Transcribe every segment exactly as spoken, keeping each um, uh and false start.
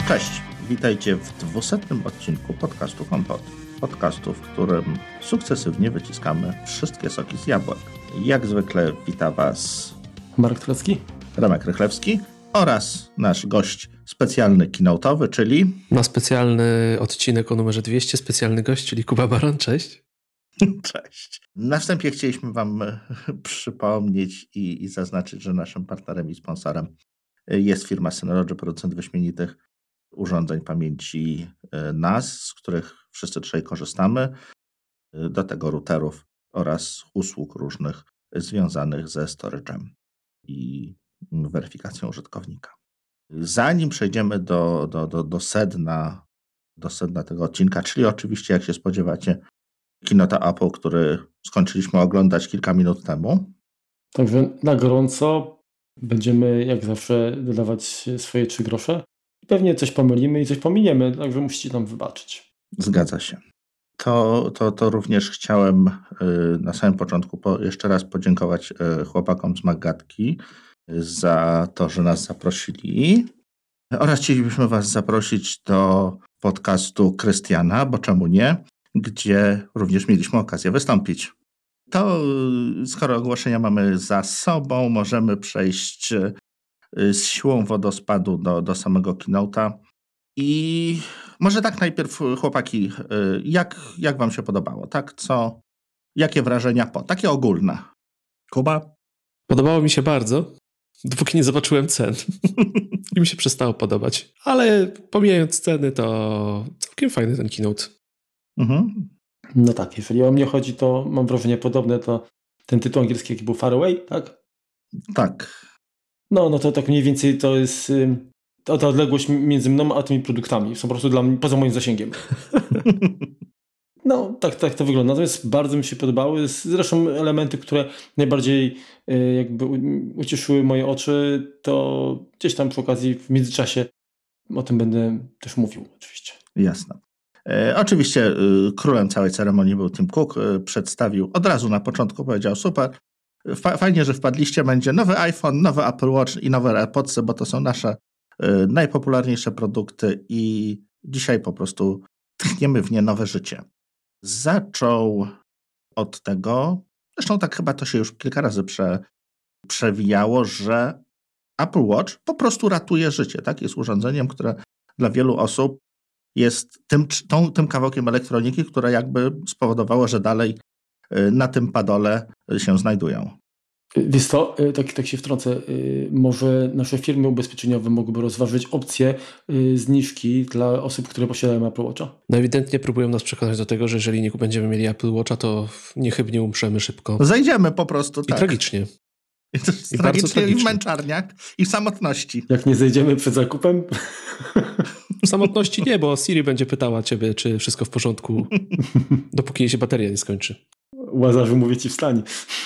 Cześć, witajcie w dwusetnym odcinku podcastu Kompot. Podcastu, w którym sukcesywnie wyciskamy wszystkie soki z jabłek. Jak zwykle wita Was Marek Tulecki, Remek Rychlewski oraz nasz gość specjalny keynote'owy, czyli... Na specjalny odcinek o numerze dwieście specjalny gość, czyli Kuba Baron. Cześć. Cześć. Na wstępie chcieliśmy Wam przypomnieć i, i zaznaczyć, że naszym partnerem i sponsorem jest firma Synology, producent wyśmienitych urządzeń pamięci N A S, z których wszyscy trzej korzystamy, do tego routerów oraz usług różnych związanych ze storage'em i weryfikacją użytkownika. Zanim przejdziemy do, do, do, do, sedna, do sedna tego odcinka, czyli oczywiście, jak się spodziewacie, keynote'a Apple, który skończyliśmy oglądać kilka minut temu. Także na gorąco będziemy jak zawsze dodawać swoje trzy grosze. Pewnie coś pomylimy i coś pominiemy, także musicie nam wybaczyć. Zgadza się. To, to, to również chciałem na samym początku po, jeszcze raz podziękować chłopakom z Maggatki za to, że nas zaprosili. Oraz chcielibyśmy Was zaprosić do podcastu Krystiana, bo czemu nie, gdzie również mieliśmy okazję wystąpić. To skoro ogłoszenia mamy za sobą, możemy przejść z siłą wodospadu do, do samego keynote'a. I może tak najpierw, chłopaki, jak, jak Wam się podobało? Tak, co, jakie wrażenia po? Takie ogólne. Kuba? Podobało mi się bardzo, dopóki nie zobaczyłem cen. I mi się przestało podobać. Ale pomijając ceny, to całkiem fajny ten keynote. Mhm. No tak, jeżeli o mnie chodzi, to mam wrażenie podobne, to ten tytuł angielski, jaki był Far Away, tak? Tak. No, no to tak mniej więcej to jest to, ta odległość między mną a tymi produktami. Są po prostu dla mnie poza moim zasięgiem. No, tak, tak to wygląda. Natomiast bardzo mi się podobały. Zresztą elementy, które najbardziej jakby ucieszyły moje oczy, to gdzieś tam przy okazji w międzyczasie o tym będę też mówił oczywiście. Jasne. E, oczywiście e, królem całej ceremonii był Tim Cook. E, przedstawił od razu na początku, powiedział super, fa- fajnie, że wpadliście, będzie nowy iPhone, nowy Apple Watch i nowe AirPodsy, bo to są nasze e, najpopularniejsze produkty i dzisiaj po prostu tchniemy w nie nowe życie. Zaczął od tego, zresztą tak chyba to się już kilka razy prze, przewijało, że Apple Watch po prostu ratuje życie. Tak? Jest urządzeniem, które dla wielu osób jest tym, tą, tym kawałkiem elektroniki, które jakby spowodowało, że dalej na tym padole się znajdują. Wiesz co, tak, tak się wtrącę, może nasze firmy ubezpieczeniowe mogłyby rozważyć opcję zniżki dla osób, które posiadają Apple Watcha. No ewidentnie próbują nas przekonać do tego, że jeżeli nie będziemy mieli Apple Watcha, to niechybnie umrzemy szybko. Zajdziemy po prostu, I tak. tragicznie. I to jest I tragicznie i w męczarniach, i w samotności. Jak nie zejdziemy przed zakupem? W samotności nie, bo Siri będzie pytała ciebie, czy wszystko w porządku, dopóki jej się bateria nie skończy. Łazarzu, mówię ci, wstań.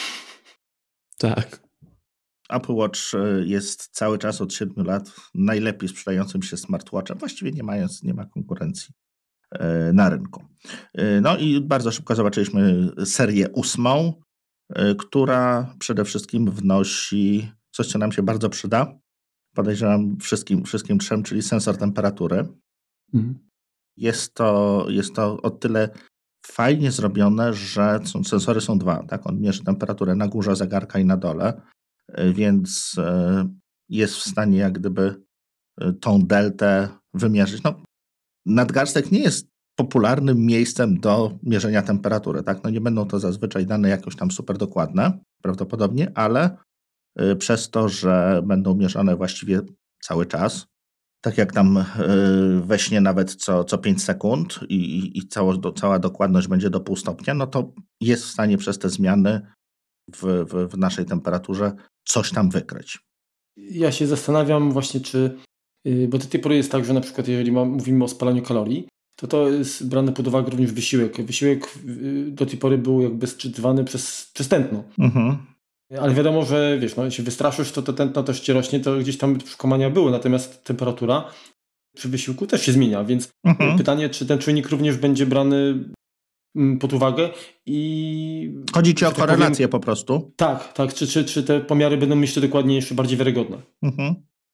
Tak. Apple Watch jest cały czas od siedmiu lat najlepiej sprzedającym się smartwatchem, właściwie nie mając, nie ma konkurencji na rynku. No i bardzo szybko zobaczyliśmy serię ósmą, która przede wszystkim wnosi coś, co nam się bardzo przyda. Podejrzewam wszystkim, wszystkim trzem, czyli sensor temperatury. Mhm. Jest to, jest to o tyle fajnie zrobione, że są, sensory są dwa. Tak? On mierzy temperaturę na górze zegarka i na dole, więc jest w stanie jak gdyby tą deltę wymierzyć. No, nadgarstek nie jest popularnym miejscem do mierzenia temperatury. Tak? No, nie będą to zazwyczaj dane jakoś tam super dokładne, prawdopodobnie, ale przez to, że będą mierzone właściwie cały czas, tak jak tam we śnie nawet co, co pięć sekund i, i, i cało, do, cała dokładność będzie do pół stopnia, no to jest w stanie przez te zmiany w, w, w naszej temperaturze coś tam wykryć. Ja się zastanawiam właśnie, czy, bo do tej pory jest tak, że na przykład jeżeli ma, mówimy o spalaniu kalorii, to to jest brane pod uwagę również wysiłek. Wysiłek do tej pory był jakby sczytywany przez, przez tętno. Mhm. Ale wiadomo, że wiesz, no, jeśli wystraszysz, to to tętno też ci rośnie, to gdzieś tam przekomania były, natomiast temperatura przy wysiłku też się zmienia, więc mhm. pytanie, czy ten czujnik również będzie brany pod uwagę i... Chodzi ci o tak korelację powiem, po prostu? Tak, tak, czy, czy, czy te pomiary będą myślę dokładniejsze, bardziej wiarygodne. Mhm.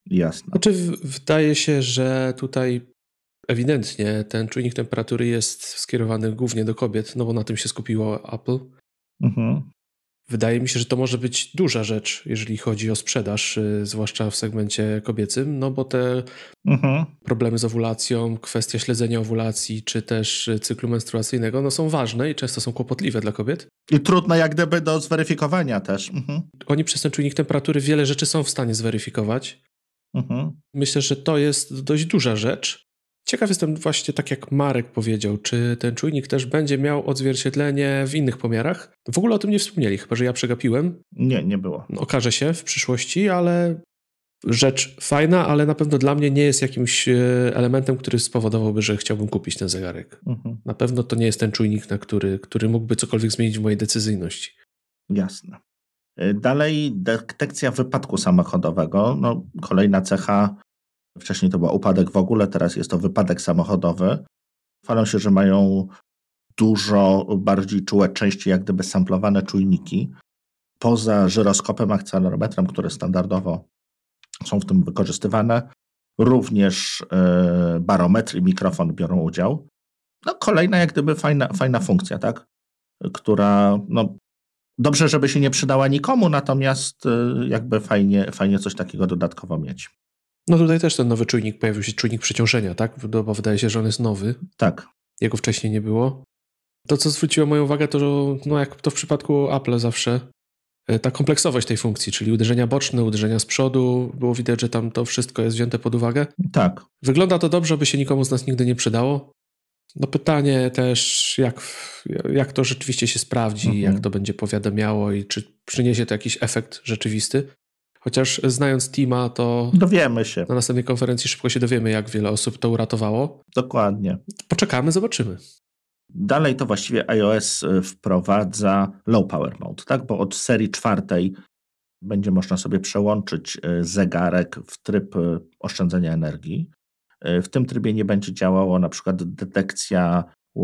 Jasne. Znaczy w- wydaje się, że tutaj ewidentnie ten czujnik temperatury jest skierowany głównie do kobiet, no bo na tym się skupiło Apple. Mhm. Wydaje mi się, że to może być duża rzecz, jeżeli chodzi o sprzedaż, y, zwłaszcza w segmencie kobiecym, no bo te Mhm. problemy z owulacją, kwestia śledzenia owulacji, czy też y, cyklu menstruacyjnego, no są ważne i często są kłopotliwe dla kobiet. I trudne jak gdyby do zweryfikowania też. Mhm. Oni przez ten czujnik temperatury wiele rzeczy są w stanie zweryfikować. Mhm. Myślę, że to jest dość duża rzecz. Ciekaw jestem właśnie, tak jak Marek powiedział, czy ten czujnik też będzie miał odzwierciedlenie w innych pomiarach. W ogóle o tym nie wspomnieli, chyba że ja przegapiłem. Nie, nie było. No, okaże się w przyszłości, ale rzecz fajna, ale na pewno dla mnie nie jest jakimś e, elementem, który spowodowałby, że chciałbym kupić ten zegarek. Mhm. Na pewno to nie jest ten czujnik, na który, który mógłby cokolwiek zmienić w mojej decyzyjności. Jasne. Y, Dalej detekcja wypadku samochodowego. No, kolejna cecha. Wcześniej to był upadek w ogóle, teraz jest to wypadek samochodowy. Chwalą się, że mają dużo bardziej czułe części, jak gdyby samplowane czujniki. Poza żyroskopem, akcelerometrem, które standardowo są w tym wykorzystywane, również y, barometr i mikrofon biorą udział. No, kolejna jak gdyby fajna, fajna funkcja, tak? Która no, dobrze, żeby się nie przydała nikomu, natomiast y, jakby fajnie, fajnie coś takiego dodatkowo mieć. No tutaj też ten nowy czujnik, pojawił się czujnik przeciążenia, tak? No, bo wydaje się, że on jest nowy. Tak. Jego wcześniej nie było. To, co zwróciło moją uwagę, to, że no jak to w przypadku Apple zawsze, e, ta kompleksowość tej funkcji, czyli uderzenia boczne, uderzenia z przodu, było widać, że tam to wszystko jest wzięte pod uwagę. Tak. Wygląda to dobrze, by się nikomu z nas nigdy nie przydało. No pytanie też, jak, jak to rzeczywiście się sprawdzi, Mhm. jak to będzie powiadamiało i czy przyniesie to jakiś efekt rzeczywisty. Chociaż znając Tima, to Dowiemy się. na następnej konferencji szybko się dowiemy, jak wiele osób to uratowało. Dokładnie. Poczekamy, zobaczymy. Dalej to właściwie iOS y, wprowadza low power mode, tak? Bo od serii czwartej będzie można sobie przełączyć y, zegarek w tryb y, oszczędzania energii. Y, W tym trybie nie będzie działało na przykład detekcja y,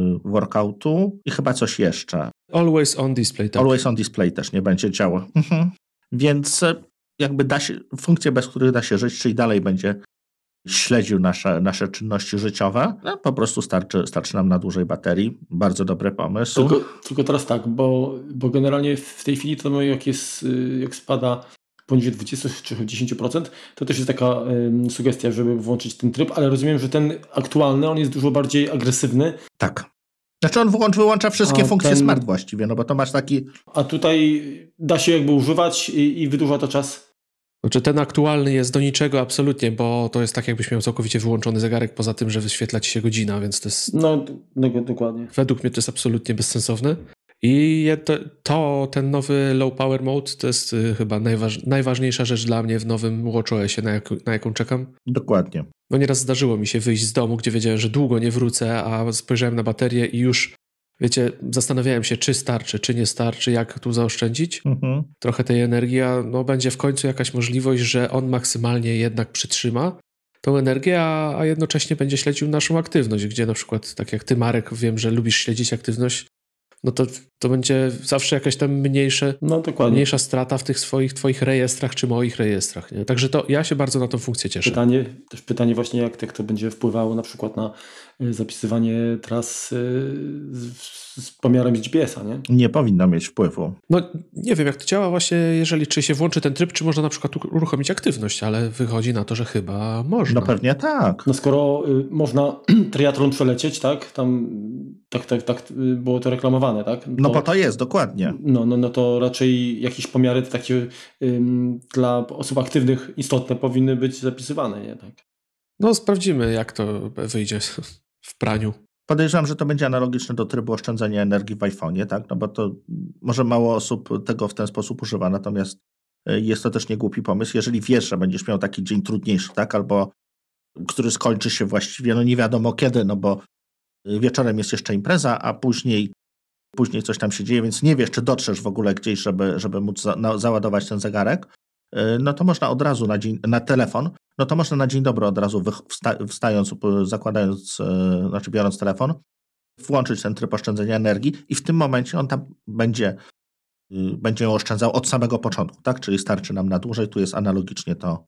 workoutu i chyba coś jeszcze. Always on display, tak. Always on display też nie będzie działał. Mhm. Więc y, jakby da się, funkcje, bez których da się żyć, czyli dalej będzie śledził nasze, nasze czynności życiowe, no, po prostu starczy, starczy nam na dłużej baterii. Bardzo dobry pomysł. Tylko, tylko teraz tak, bo, bo generalnie w tej chwili to no, jak, jest, y, jak spada poniżej dwadzieścia czy dziesięć procent, to też jest taka ym, sugestia, żeby włączyć ten tryb, ale rozumiem, że ten aktualny, on jest dużo bardziej agresywny, Tak. Znaczy on wyłącz, wyłącza wszystkie A funkcje ten- smart właściwie, no bo to masz taki... a tutaj da się jakby używać i, i wydłuża to czas. Znaczy ten aktualny jest do niczego absolutnie, bo to jest tak, jakbyś miał całkowicie wyłączony zegarek, poza tym, że wyświetla ci się godzina, więc to jest, No, no dokładnie. według mnie to jest absolutnie bezsensowne. I je- to, to ten nowy low power mode to jest y, chyba najważ, najważniejsza rzecz dla mnie w nowym watchOSie, na, jak, na jaką czekam. Dokładnie. No nieraz zdarzyło mi się wyjść z domu, gdzie wiedziałem, że długo nie wrócę, a spojrzałem na baterię i już, wiecie, zastanawiałem się, czy starczy, czy nie starczy, jak tu zaoszczędzić Mhm. trochę tej energii, a no będzie w końcu jakaś możliwość, że on maksymalnie jednak przytrzyma tą energię, a, a jednocześnie będzie śledził naszą aktywność, gdzie na przykład, tak jak ty, Marek, wiem, że lubisz śledzić aktywność, no to, to będzie zawsze jakaś tam mniejsze, No dokładnie. mniejsza strata w tych swoich twoich rejestrach czy moich rejestrach. Nie? Także to ja się bardzo na tą funkcję cieszę. Pytanie, też pytanie właśnie, jak, jak to będzie wpływało na przykład na y, zapisywanie tras y, z, z pomiarem z G P S a, nie? Nie powinno mieć wpływu. No nie wiem, jak to działa właśnie, jeżeli czy się włączy ten tryb, czy można na przykład u- uruchomić aktywność, ale wychodzi na to, że chyba można. No pewnie tak. No skoro y, można triatlon przelecieć, tak? Tam tak, tak, tak y, było to reklamowane, tak? No po to jest, dokładnie. No, no, no to raczej jakieś pomiary takie ym, dla osób aktywnych istotne powinny być zapisywane, nie? Tak. No sprawdzimy, jak to wyjdzie w praniu. Podejrzewam, że to będzie analogiczne do trybu oszczędzania energii w iPhone'ie, tak? No bo to może mało osób tego w ten sposób używa, natomiast y, jest to też niegłupi pomysł. Jeżeli wiesz, że będziesz miał taki dzień trudniejszy, tak? Albo który skończy się właściwie, no nie wiadomo kiedy, no bo y, wieczorem jest jeszcze impreza, a później, później coś tam się dzieje, więc nie wiesz, czy dotrzesz w ogóle gdzieś, żeby, żeby móc za, no, załadować ten zegarek, y, no to można od razu na, dzień, na telefon, no to można na dzień dobry od razu wych- wsta- wstając, y, zakładając, y, znaczy biorąc telefon, włączyć ten tryb oszczędzania energii i w tym momencie on tam będzie, y, będzie ją oszczędzał od samego początku, tak? Czyli starczy nam na dłużej, tu jest analogicznie to,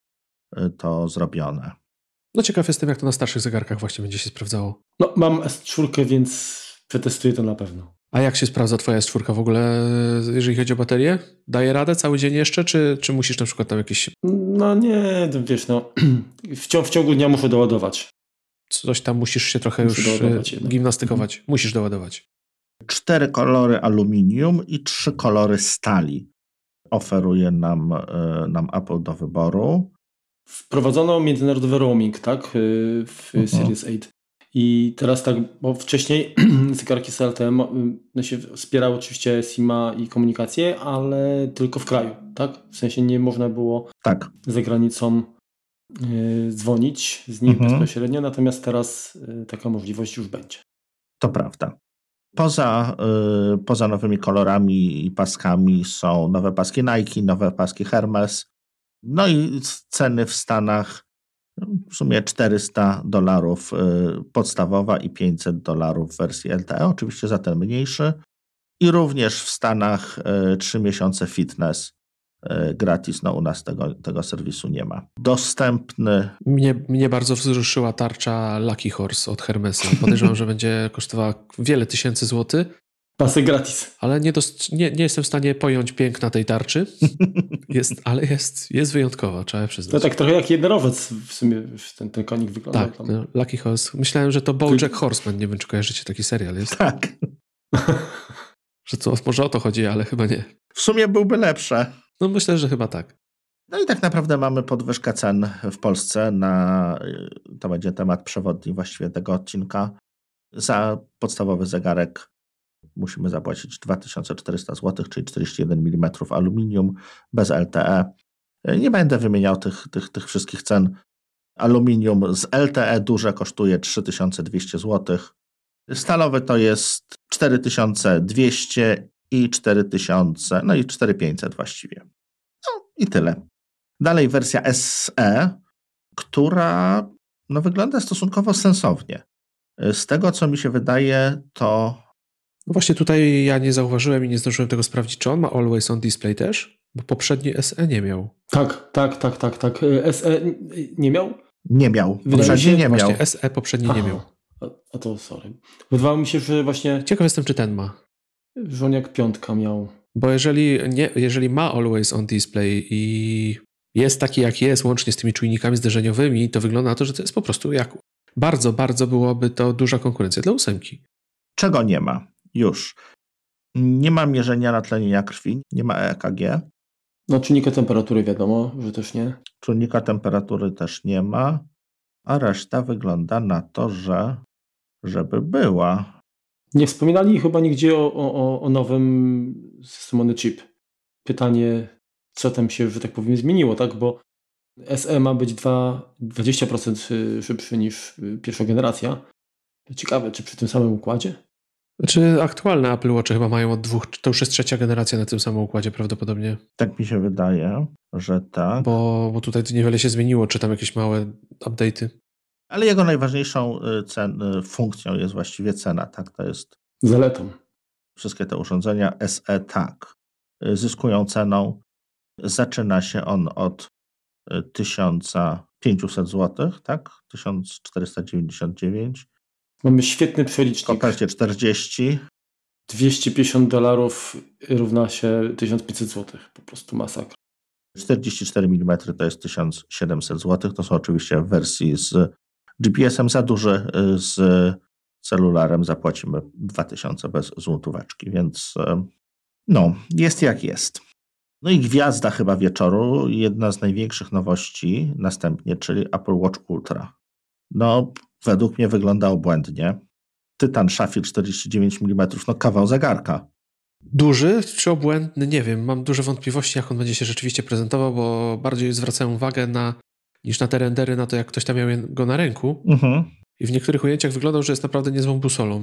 to zrobione. No ciekaw jestem, jak to na starszych zegarkach właśnie będzie się sprawdzało. No mam S cztery, więc przetestuję to na pewno. A jak się sprawdza twoja S cztery w ogóle, jeżeli chodzi o baterię? Daje radę cały dzień jeszcze, czy, czy musisz na przykład tam jakieś... No nie, wiesz, no w, ciągu, w ciągu dnia muszę doładować. Coś tam musisz się trochę muszę już gimnastykować. Mhm. Musisz doładować. Cztery kolory aluminium i trzy kolory stali oferuje nam, nam Apple do wyboru. Wprowadzono międzynarodowy roaming, tak, w uh-huh. Series osiem. I teraz tak, bo wcześniej zegarki z L T E no się wspierały oczywiście SIM-a i komunikację, ale tylko w kraju, tak? W sensie nie można było tak. za granicą y, dzwonić z nich uh-huh. bezpośrednio, natomiast teraz y, taka możliwość już będzie. To prawda. Poza, y, poza nowymi kolorami i paskami są nowe paski Nike, nowe paski Hermes. No i ceny w Stanach w sumie czterysta dolarów podstawowa i pięćset dolarów w wersji L T E, oczywiście za ten mniejszy. I również w Stanach trzy miesiące fitness gratis. No u nas tego, tego serwisu nie ma. Dostępny... Mnie, mnie bardzo wzruszyła tarcza Lucky Horse od Hermesa. Podejrzewam, że będzie kosztowała wiele tysięcy złotych. Pasy gratis. Ale nie, dost, nie, nie jestem w stanie pojąć piękna tej tarczy, jest, ale jest, jest wyjątkowa, trzeba przyznać. To tak trochę jak jednorowiec w sumie ten, ten konik wygląda. Tak, no, Lucky Horse. Myślałem, że to BoJack Horseman, nie wiem, czy kojarzycie taki serial jest. Tak. Że to może o to chodzi, ale chyba nie. W sumie byłby lepsze. No myślę, że chyba tak. No i tak naprawdę mamy podwyżkę cen w Polsce na, to będzie temat przewodni właściwie tego odcinka. Za podstawowy zegarek musimy zapłacić dwa tysiące czterysta złotych, czyli czterdzieści jeden milimetrów aluminium bez L T E. Nie będę wymieniał tych, tych, tych wszystkich cen. Aluminium z L T E duże kosztuje trzy tysiące dwieście złotych. Stalowy to jest cztery tysiące dwieście i cztery tysiące, no i cztery tysiące pięćset właściwie. No i tyle. Dalej wersja S E, która no, wygląda stosunkowo sensownie. Z tego, co mi się wydaje, to... No właśnie tutaj ja nie zauważyłem i nie zdążyłem tego sprawdzić, czy on ma Always On Display też? Bo poprzedni S E nie miał. Tak, tak, tak, tak, tak. S E nie miał? Nie miał. Poprzedni nie miał. Właśnie S E poprzedni Aha. nie miał. A, a to sorry. Wydawało mi się, że właśnie... Ciekaw jestem, czy ten ma. Że on jak piątka miał. Bo jeżeli, nie, jeżeli ma Always On Display i jest taki jak jest, łącznie z tymi czujnikami zderzeniowymi, to wygląda na to, że to jest po prostu jak... Bardzo, bardzo byłoby to duża konkurencja dla ósemki. Czego nie ma? Już. Nie ma mierzenia natlenienia krwi, nie ma E K G. No czujnika temperatury wiadomo, że też nie. Czujnika temperatury też nie ma, a reszta wygląda na to, że żeby była. Nie wspominali chyba nigdzie o, o, o nowym systemie on chip. Pytanie, co tam się, że tak powiem, zmieniło, tak? Bo S E ma być dwadzieścia procent szybszy niż pierwsza generacja. Ciekawe, czy przy tym samym układzie? Znaczy aktualne Apple Watche chyba mają od dwóch, to już jest trzecia generacja na tym samym układzie prawdopodobnie. Tak mi się wydaje, że tak. Bo, bo tutaj niewiele się zmieniło, czy tam jakieś małe update'y. Ale jego najważniejszą cen, funkcją jest właściwie cena, tak? To jest zaletą. Wszystkie te urządzenia S E tak zyskują ceną. Zaczyna się on od tysiąc pięćset złotych, tak? tysiąc czterysta dziewięćdziesiąt dziewięć. Mamy świetny przelicznik. W kopercie czterdzieści. dwieście pięćdziesiąt dolarów równa się tysiąc pięćset złotych. Po prostu masakra. czterdzieści cztery milimetry to jest tysiąc siedemset złotych. To są oczywiście w wersji z G P S em za duży, z celularem zapłacimy dwa tysiące bez złotóweczki, więc no, jest jak jest. No i gwiazda chyba wieczoru, jedna z największych nowości następnie, czyli Apple Watch Ultra. No, według mnie wygląda obłędnie. Tytan szafir czterdzieści dziewięć milimetrów, no kawał zegarka. Duży czy obłędny? Nie wiem. Mam duże wątpliwości, jak on będzie się rzeczywiście prezentował, bo bardziej zwracałem uwagę na, niż na te rendery, na to, jak ktoś tam miał go na ręku. Mhm. I w niektórych ujęciach wyglądał, że jest naprawdę niezłą busolą.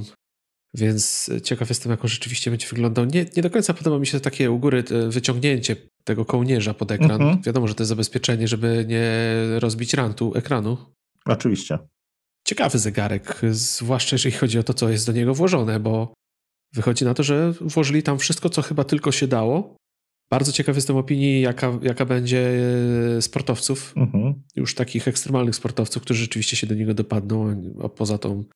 Więc ciekaw jestem, jak on rzeczywiście będzie wyglądał. Nie, nie do końca podoba mi się takie u góry wyciągnięcie tego kołnierza pod ekran. Mhm. Wiadomo, że to jest zabezpieczenie, żeby nie rozbić rantu ekranu. Oczywiście. Ciekawy zegarek, zwłaszcza jeżeli chodzi o to, co jest do niego włożone, bo wychodzi na to, że włożyli tam wszystko, co chyba tylko się dało Bardzo ciekaw jestem opinii, jaka, jaka będzie sportowców, Mhm. już takich ekstremalnych sportowców, którzy rzeczywiście się do niego dopadną, a poza tą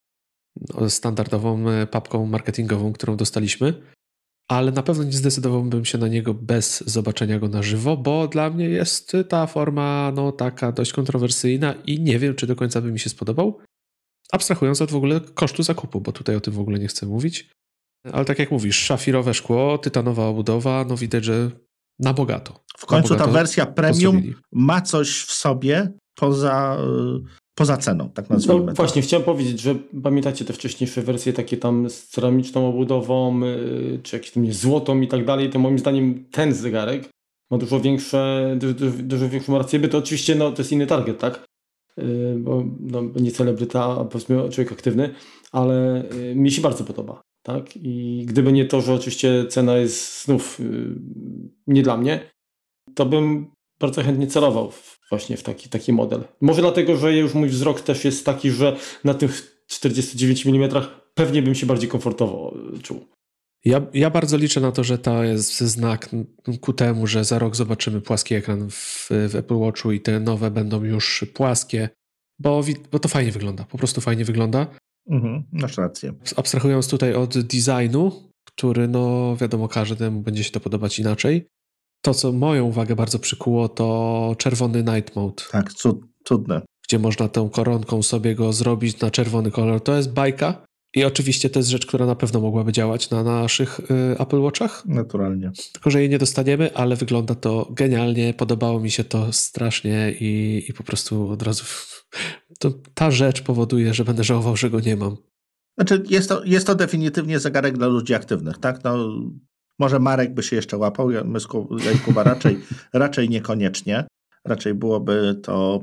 standardową papką marketingową, którą dostaliśmy. Ale na pewno nie zdecydowałbym się na niego bez zobaczenia go na żywo, bo dla mnie jest ta forma no taka dość kontrowersyjna i nie wiem, czy do końca by mi się spodobał. Abstrahując od w ogóle kosztu zakupu, bo tutaj o tym w ogóle nie chcę mówić. Ale tak jak mówisz, szafirowe szkło, tytanowa obudowa, no widać, że na bogato. W końcu bogato ta wersja premium postawili. ma coś w sobie poza, poza ceną, tak nazwijmy. No właśnie, chciałem powiedzieć, że pamiętacie te wcześniejsze wersje takie tam z ceramiczną obudową, czy jakieś tam złotą i tak dalej, to moim zdaniem ten zegarek ma dużo większe, dużo, dużo, dużo większą rację bytu. Oczywiście no, to jest inny target, tak? Yy, bo no, nie celebryta, a powiedzmy człowiek aktywny, ale yy, mi się bardzo podoba. Tak? I gdyby nie to, że oczywiście cena jest znów yy, nie dla mnie, to bym bardzo chętnie celował w, właśnie w taki, taki model. Może dlatego, że już mój wzrok też jest taki, że na tych czterdziestu dziewięciu milimetrach pewnie bym się bardziej komfortowo czuł. Ja, ja bardzo liczę na to, że to jest znak ku temu, że za rok zobaczymy płaski ekran w, w Apple Watchu i te nowe będą już płaskie, bo, bo to fajnie wygląda, po prostu fajnie wygląda. Mhm, masz rację. Abstrahując tutaj od designu, który no wiadomo każdemu będzie się to podobać inaczej, to co moją uwagę bardzo przykuło to czerwony night mode. Tak, cud, cudne. Gdzie można tą koronką sobie go zrobić na czerwony kolor. To jest bajka i oczywiście to jest rzecz, która na pewno mogłaby działać na naszych y, Apple Watchach. Naturalnie. Tylko, że jej nie dostaniemy, ale wygląda to genialnie, podobało mi się to strasznie i, i po prostu od razu to, ta rzecz powoduje, że będę żałował, że go nie mam. Znaczy jest to, jest to definitywnie zegarek dla ludzi aktywnych, tak? No, może Marek by się jeszcze łapał, ja, my z Kuba raczej, raczej niekoniecznie. Raczej byłoby to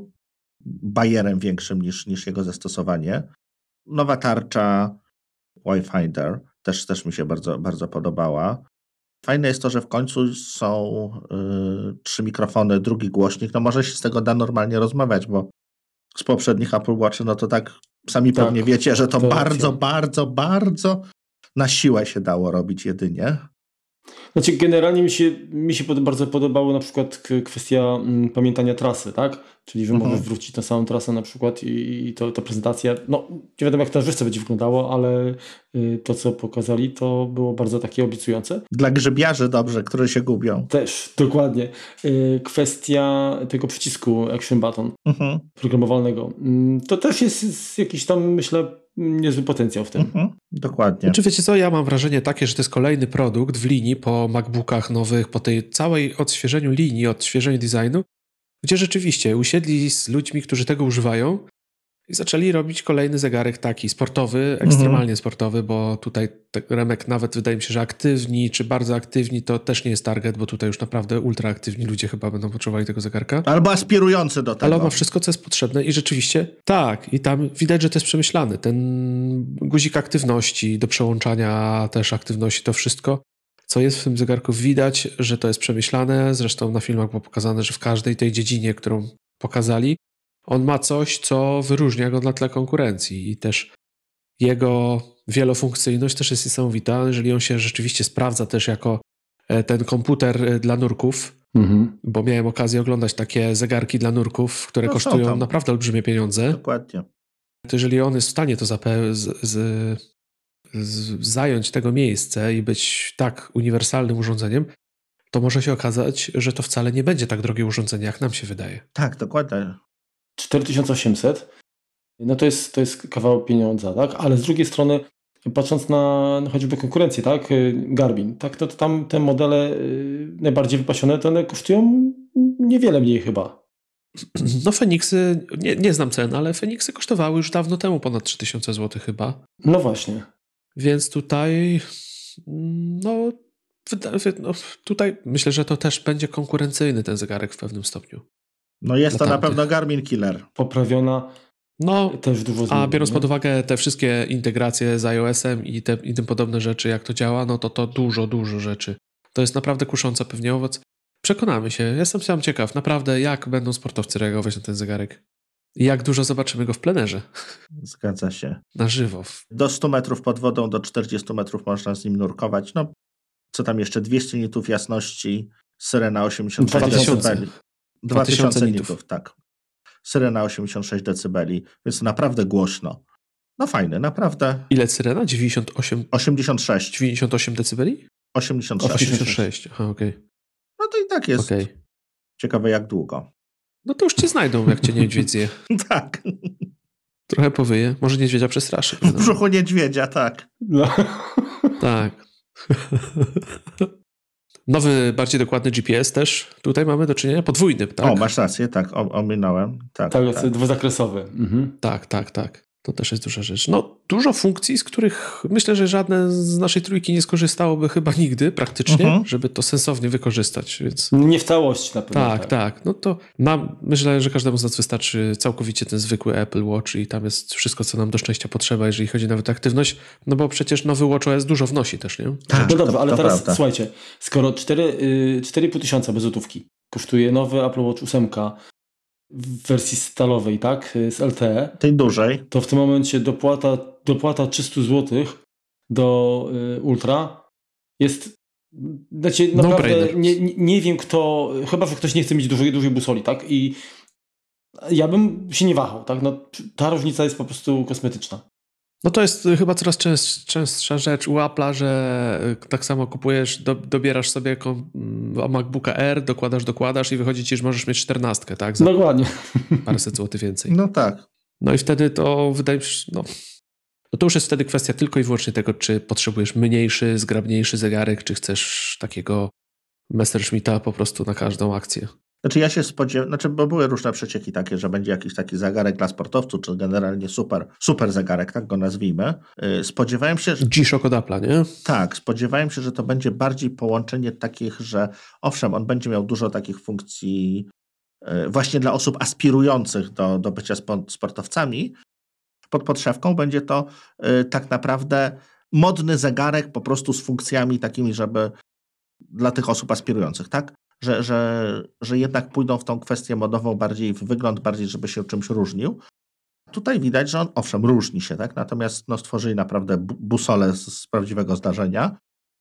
bajerem większym niż, niż jego zastosowanie. Nowa tarcza Wayfinder też, też mi się bardzo, bardzo podobała. Fajne jest to, że w końcu są y, trzy mikrofony, drugi głośnik. No może się z tego da normalnie rozmawiać, bo z poprzednich Apple Watch, no to tak sami tak, pewnie wiecie, że to, to bardzo, racja. bardzo, bardzo na siłę się dało robić jedynie. Znaczy generalnie mi się, mi się pod, bardzo podobało na przykład k- kwestia mm, pamiętania trasy, tak? Czyli, że Mhm. możesz wrócić na samą trasę na przykład i, i to, ta prezentacja, no nie wiadomo jak to na żywce będzie wyglądało, ale y, to co pokazali to było bardzo takie obiecujące. Dla grzybiarzy dobrze, którzy się gubią. Też, dokładnie. Y, kwestia tego przycisku Action Button Mhm. programowalnego. Mm, to też jest, jest jakiś tam, myślę, niezły potencjał w tym. Mhm. Dokładnie. Czy wiecie co, ja mam wrażenie takie, że to jest kolejny produkt w linii po MacBookach nowych, po tej całej odświeżeniu linii, odświeżeniu designu, gdzie rzeczywiście usiedli z ludźmi, którzy tego używają i zaczęli robić kolejny zegarek taki sportowy, ekstremalnie mhm. sportowy, bo tutaj Remek nawet wydaje mi się, że aktywni czy bardzo aktywni to też nie jest target, bo tutaj już naprawdę ultraaktywni ludzie chyba będą potrzebowali tego zegarka. Albo aspirujący do tego. Ale on ma wszystko, co jest potrzebne i rzeczywiście tak, i tam widać, że to jest przemyślany. Ten guzik aktywności, do przełączania też aktywności, to wszystko, co jest w tym zegarku, widać, że to jest przemyślane. Zresztą na filmach było pokazane, że w każdej tej dziedzinie, którą pokazali, on ma coś, co wyróżnia go na tle konkurencji i też jego wielofunkcyjność też jest niesamowita, jeżeli on się rzeczywiście sprawdza też jako ten komputer dla nurków, mhm. bo miałem okazję oglądać takie zegarki dla nurków, które no kosztują naprawdę olbrzymie pieniądze. Dokładnie. To jeżeli on jest w stanie to zape- z, z, z, zająć tego miejsce i być tak uniwersalnym urządzeniem, to może się okazać, że to wcale nie będzie tak drogie urządzenie, jak nam się wydaje. Tak, dokładnie. cztery tysiące osiemset, no to jest, to jest kawał pieniądza, tak? Ale z drugiej strony, patrząc na, na choćby konkurencję, tak? Garmin, tak? To, to tam te modele yy, najbardziej wypasione, to one kosztują niewiele mniej chyba. No Feniksy, nie, nie znam cen, ale Feniksy kosztowały już dawno temu ponad trzy tysiące złotych chyba. No właśnie. Więc tutaj, no, no tutaj myślę, że to też będzie konkurencyjny ten zegarek w pewnym stopniu. No jest to na pewno Garmin Killer. Poprawiona. No, też dużo zmieni, a biorąc nie? pod uwagę te wszystkie integracje z iOS-em i, te, i tym podobne rzeczy, jak to działa, no to to dużo, dużo rzeczy. To jest naprawdę kusząca pewnie owoc. Przekonamy się. Jestem sam ciekaw, naprawdę, jak będą sportowcy reagować na ten zegarek. I jak dużo zobaczymy go w plenerze. Zgadza się. Na żywo. Do stu metrów pod wodą, do czterdziestu metrów można z nim nurkować. No, co tam jeszcze? dwieście nitów jasności Syrena osiemdziesiąt sześć decybeli. dwa tysiące nitów, tak. Syrena osiemdziesiąt sześć decybeli, więc naprawdę głośno. No fajny, naprawdę. Ile Syrena? dziewięćdziesiąt osiem? osiemdziesiąt sześć. dziewięćdziesiąt osiem decybeli? osiemdziesiąt sześć. osiemdziesiąt sześć, aha, okej. Okay. No to i tak jest okay. Ciekawe jak długo. No to już cię znajdą, jak cię niedźwiedź zje. Tak. Trochę powyje. Może niedźwiedzia przestraszy. W brzuchu niedźwiedzia, tak. No. Tak. Nowy, bardziej dokładny G P S też tutaj mamy do czynienia. Podwójny, tak? O, masz rację, tak, ominąłem. Tak, tak, jest tak. Dwuzakresowy. Mhm. Tak, tak, tak. To też jest duża rzecz. No, dużo funkcji, z których myślę, że żadne z naszej trójki nie skorzystałoby chyba nigdy praktycznie, uh-huh. żeby to sensownie wykorzystać. Więc... Nie w całości na pewno. Tak, tak, tak. No to nam, myślę, że każdemu z nas wystarczy całkowicie ten zwykły Apple Watch i tam jest wszystko, co nam do szczęścia potrzeba, jeżeli chodzi nawet o aktywność, no bo przecież nowy Watch O S dużo wnosi też, nie? Tak, no dobrze, ale to teraz prawda. Słuchajcie, skoro cztery i pół tysiąca bez złotówki kosztuje nowy Apple Watch osiem w wersji stalowej, tak, z L T E. Tej dużej. To w tym momencie dopłata, dopłata trzysta złotych do y, Ultra jest, znaczy no naprawdę nie, nie, nie wiem kto, chyba że ktoś nie chce mieć dużej, dużej busoli, tak, i ja bym się nie wahał, tak, no ta różnica jest po prostu kosmetyczna. No to jest chyba coraz częst, częstsza rzecz u Apple'a, że tak samo kupujesz, do, dobierasz sobie kom, MacBooka Air, dokładasz, dokładasz i wychodzi ci, że możesz mieć czternastkę, tak? Za Dokładnie. Paręset złotych więcej. No tak. No i wtedy to wydaje mi się, no, no to już jest wtedy kwestia tylko i wyłącznie tego, czy potrzebujesz mniejszy, zgrabniejszy zegarek, czy chcesz takiego Messerschmitta po prostu na każdą akcję. Znaczy ja się spodziewałem, znaczy bo były różne przecieki takie, że będzie jakiś taki zegarek dla sportowców, czy generalnie super, super zegarek, tak go nazwijmy. Spodziewałem się, że... G-Shock od Apple'a, nie? Tak, spodziewałem się, że to będzie bardziej połączenie takich, że owszem, on będzie miał dużo takich funkcji właśnie dla osób aspirujących do, do bycia sportowcami. Pod podszewką będzie to tak naprawdę modny zegarek po prostu z funkcjami takimi, żeby dla tych osób aspirujących, tak? Że, że, że jednak pójdą w tą kwestię modową bardziej, w wygląd bardziej, żeby się czymś różnił. Tutaj widać, że on owszem, różni się, tak? Natomiast no, stworzyli naprawdę busolę z, z prawdziwego zdarzenia,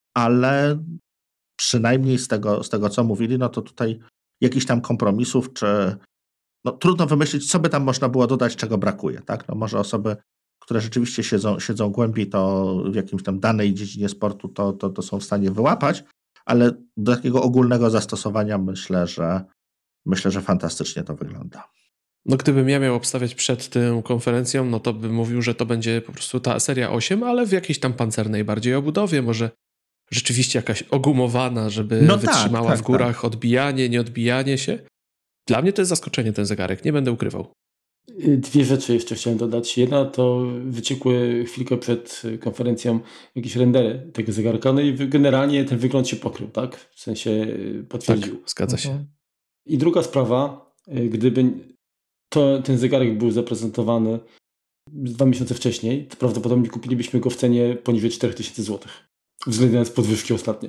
ale przynajmniej z tego, z tego, co mówili, no to tutaj jakichś tam kompromisów, czy no, trudno wymyślić, co by tam można było dodać, czego brakuje, tak? No może osoby, które rzeczywiście siedzą, siedzą głębiej, to w jakimś tam danej dziedzinie sportu, to, to, to są w stanie wyłapać, ale do takiego ogólnego zastosowania myślę, że myślę, że fantastycznie to wygląda. No gdybym ja miał obstawiać przed tą konferencją, no to bym mówił, że to będzie po prostu ta seria osiem, ale w jakiejś tam pancernej bardziej obudowie, może rzeczywiście jakaś ogumowana, żeby no wytrzymała tak, tak, w górach tak. odbijanie, nieodbijanie się. Dla mnie to jest zaskoczenie ten zegarek, nie będę ukrywał. Dwie rzeczy jeszcze chciałem dodać. Jedna to wyciekły chwilkę przed konferencją jakieś rendery tego zegarka, no i generalnie ten wygląd się pokrył, tak? W sensie potwierdził. Tak, zgadza się. Mhm. I druga sprawa, gdyby to, ten zegarek był zaprezentowany dwa miesiące wcześniej, to prawdopodobnie kupilibyśmy go w cenie poniżej cztery tysiące złotych. Względem podwyżki ostatnie.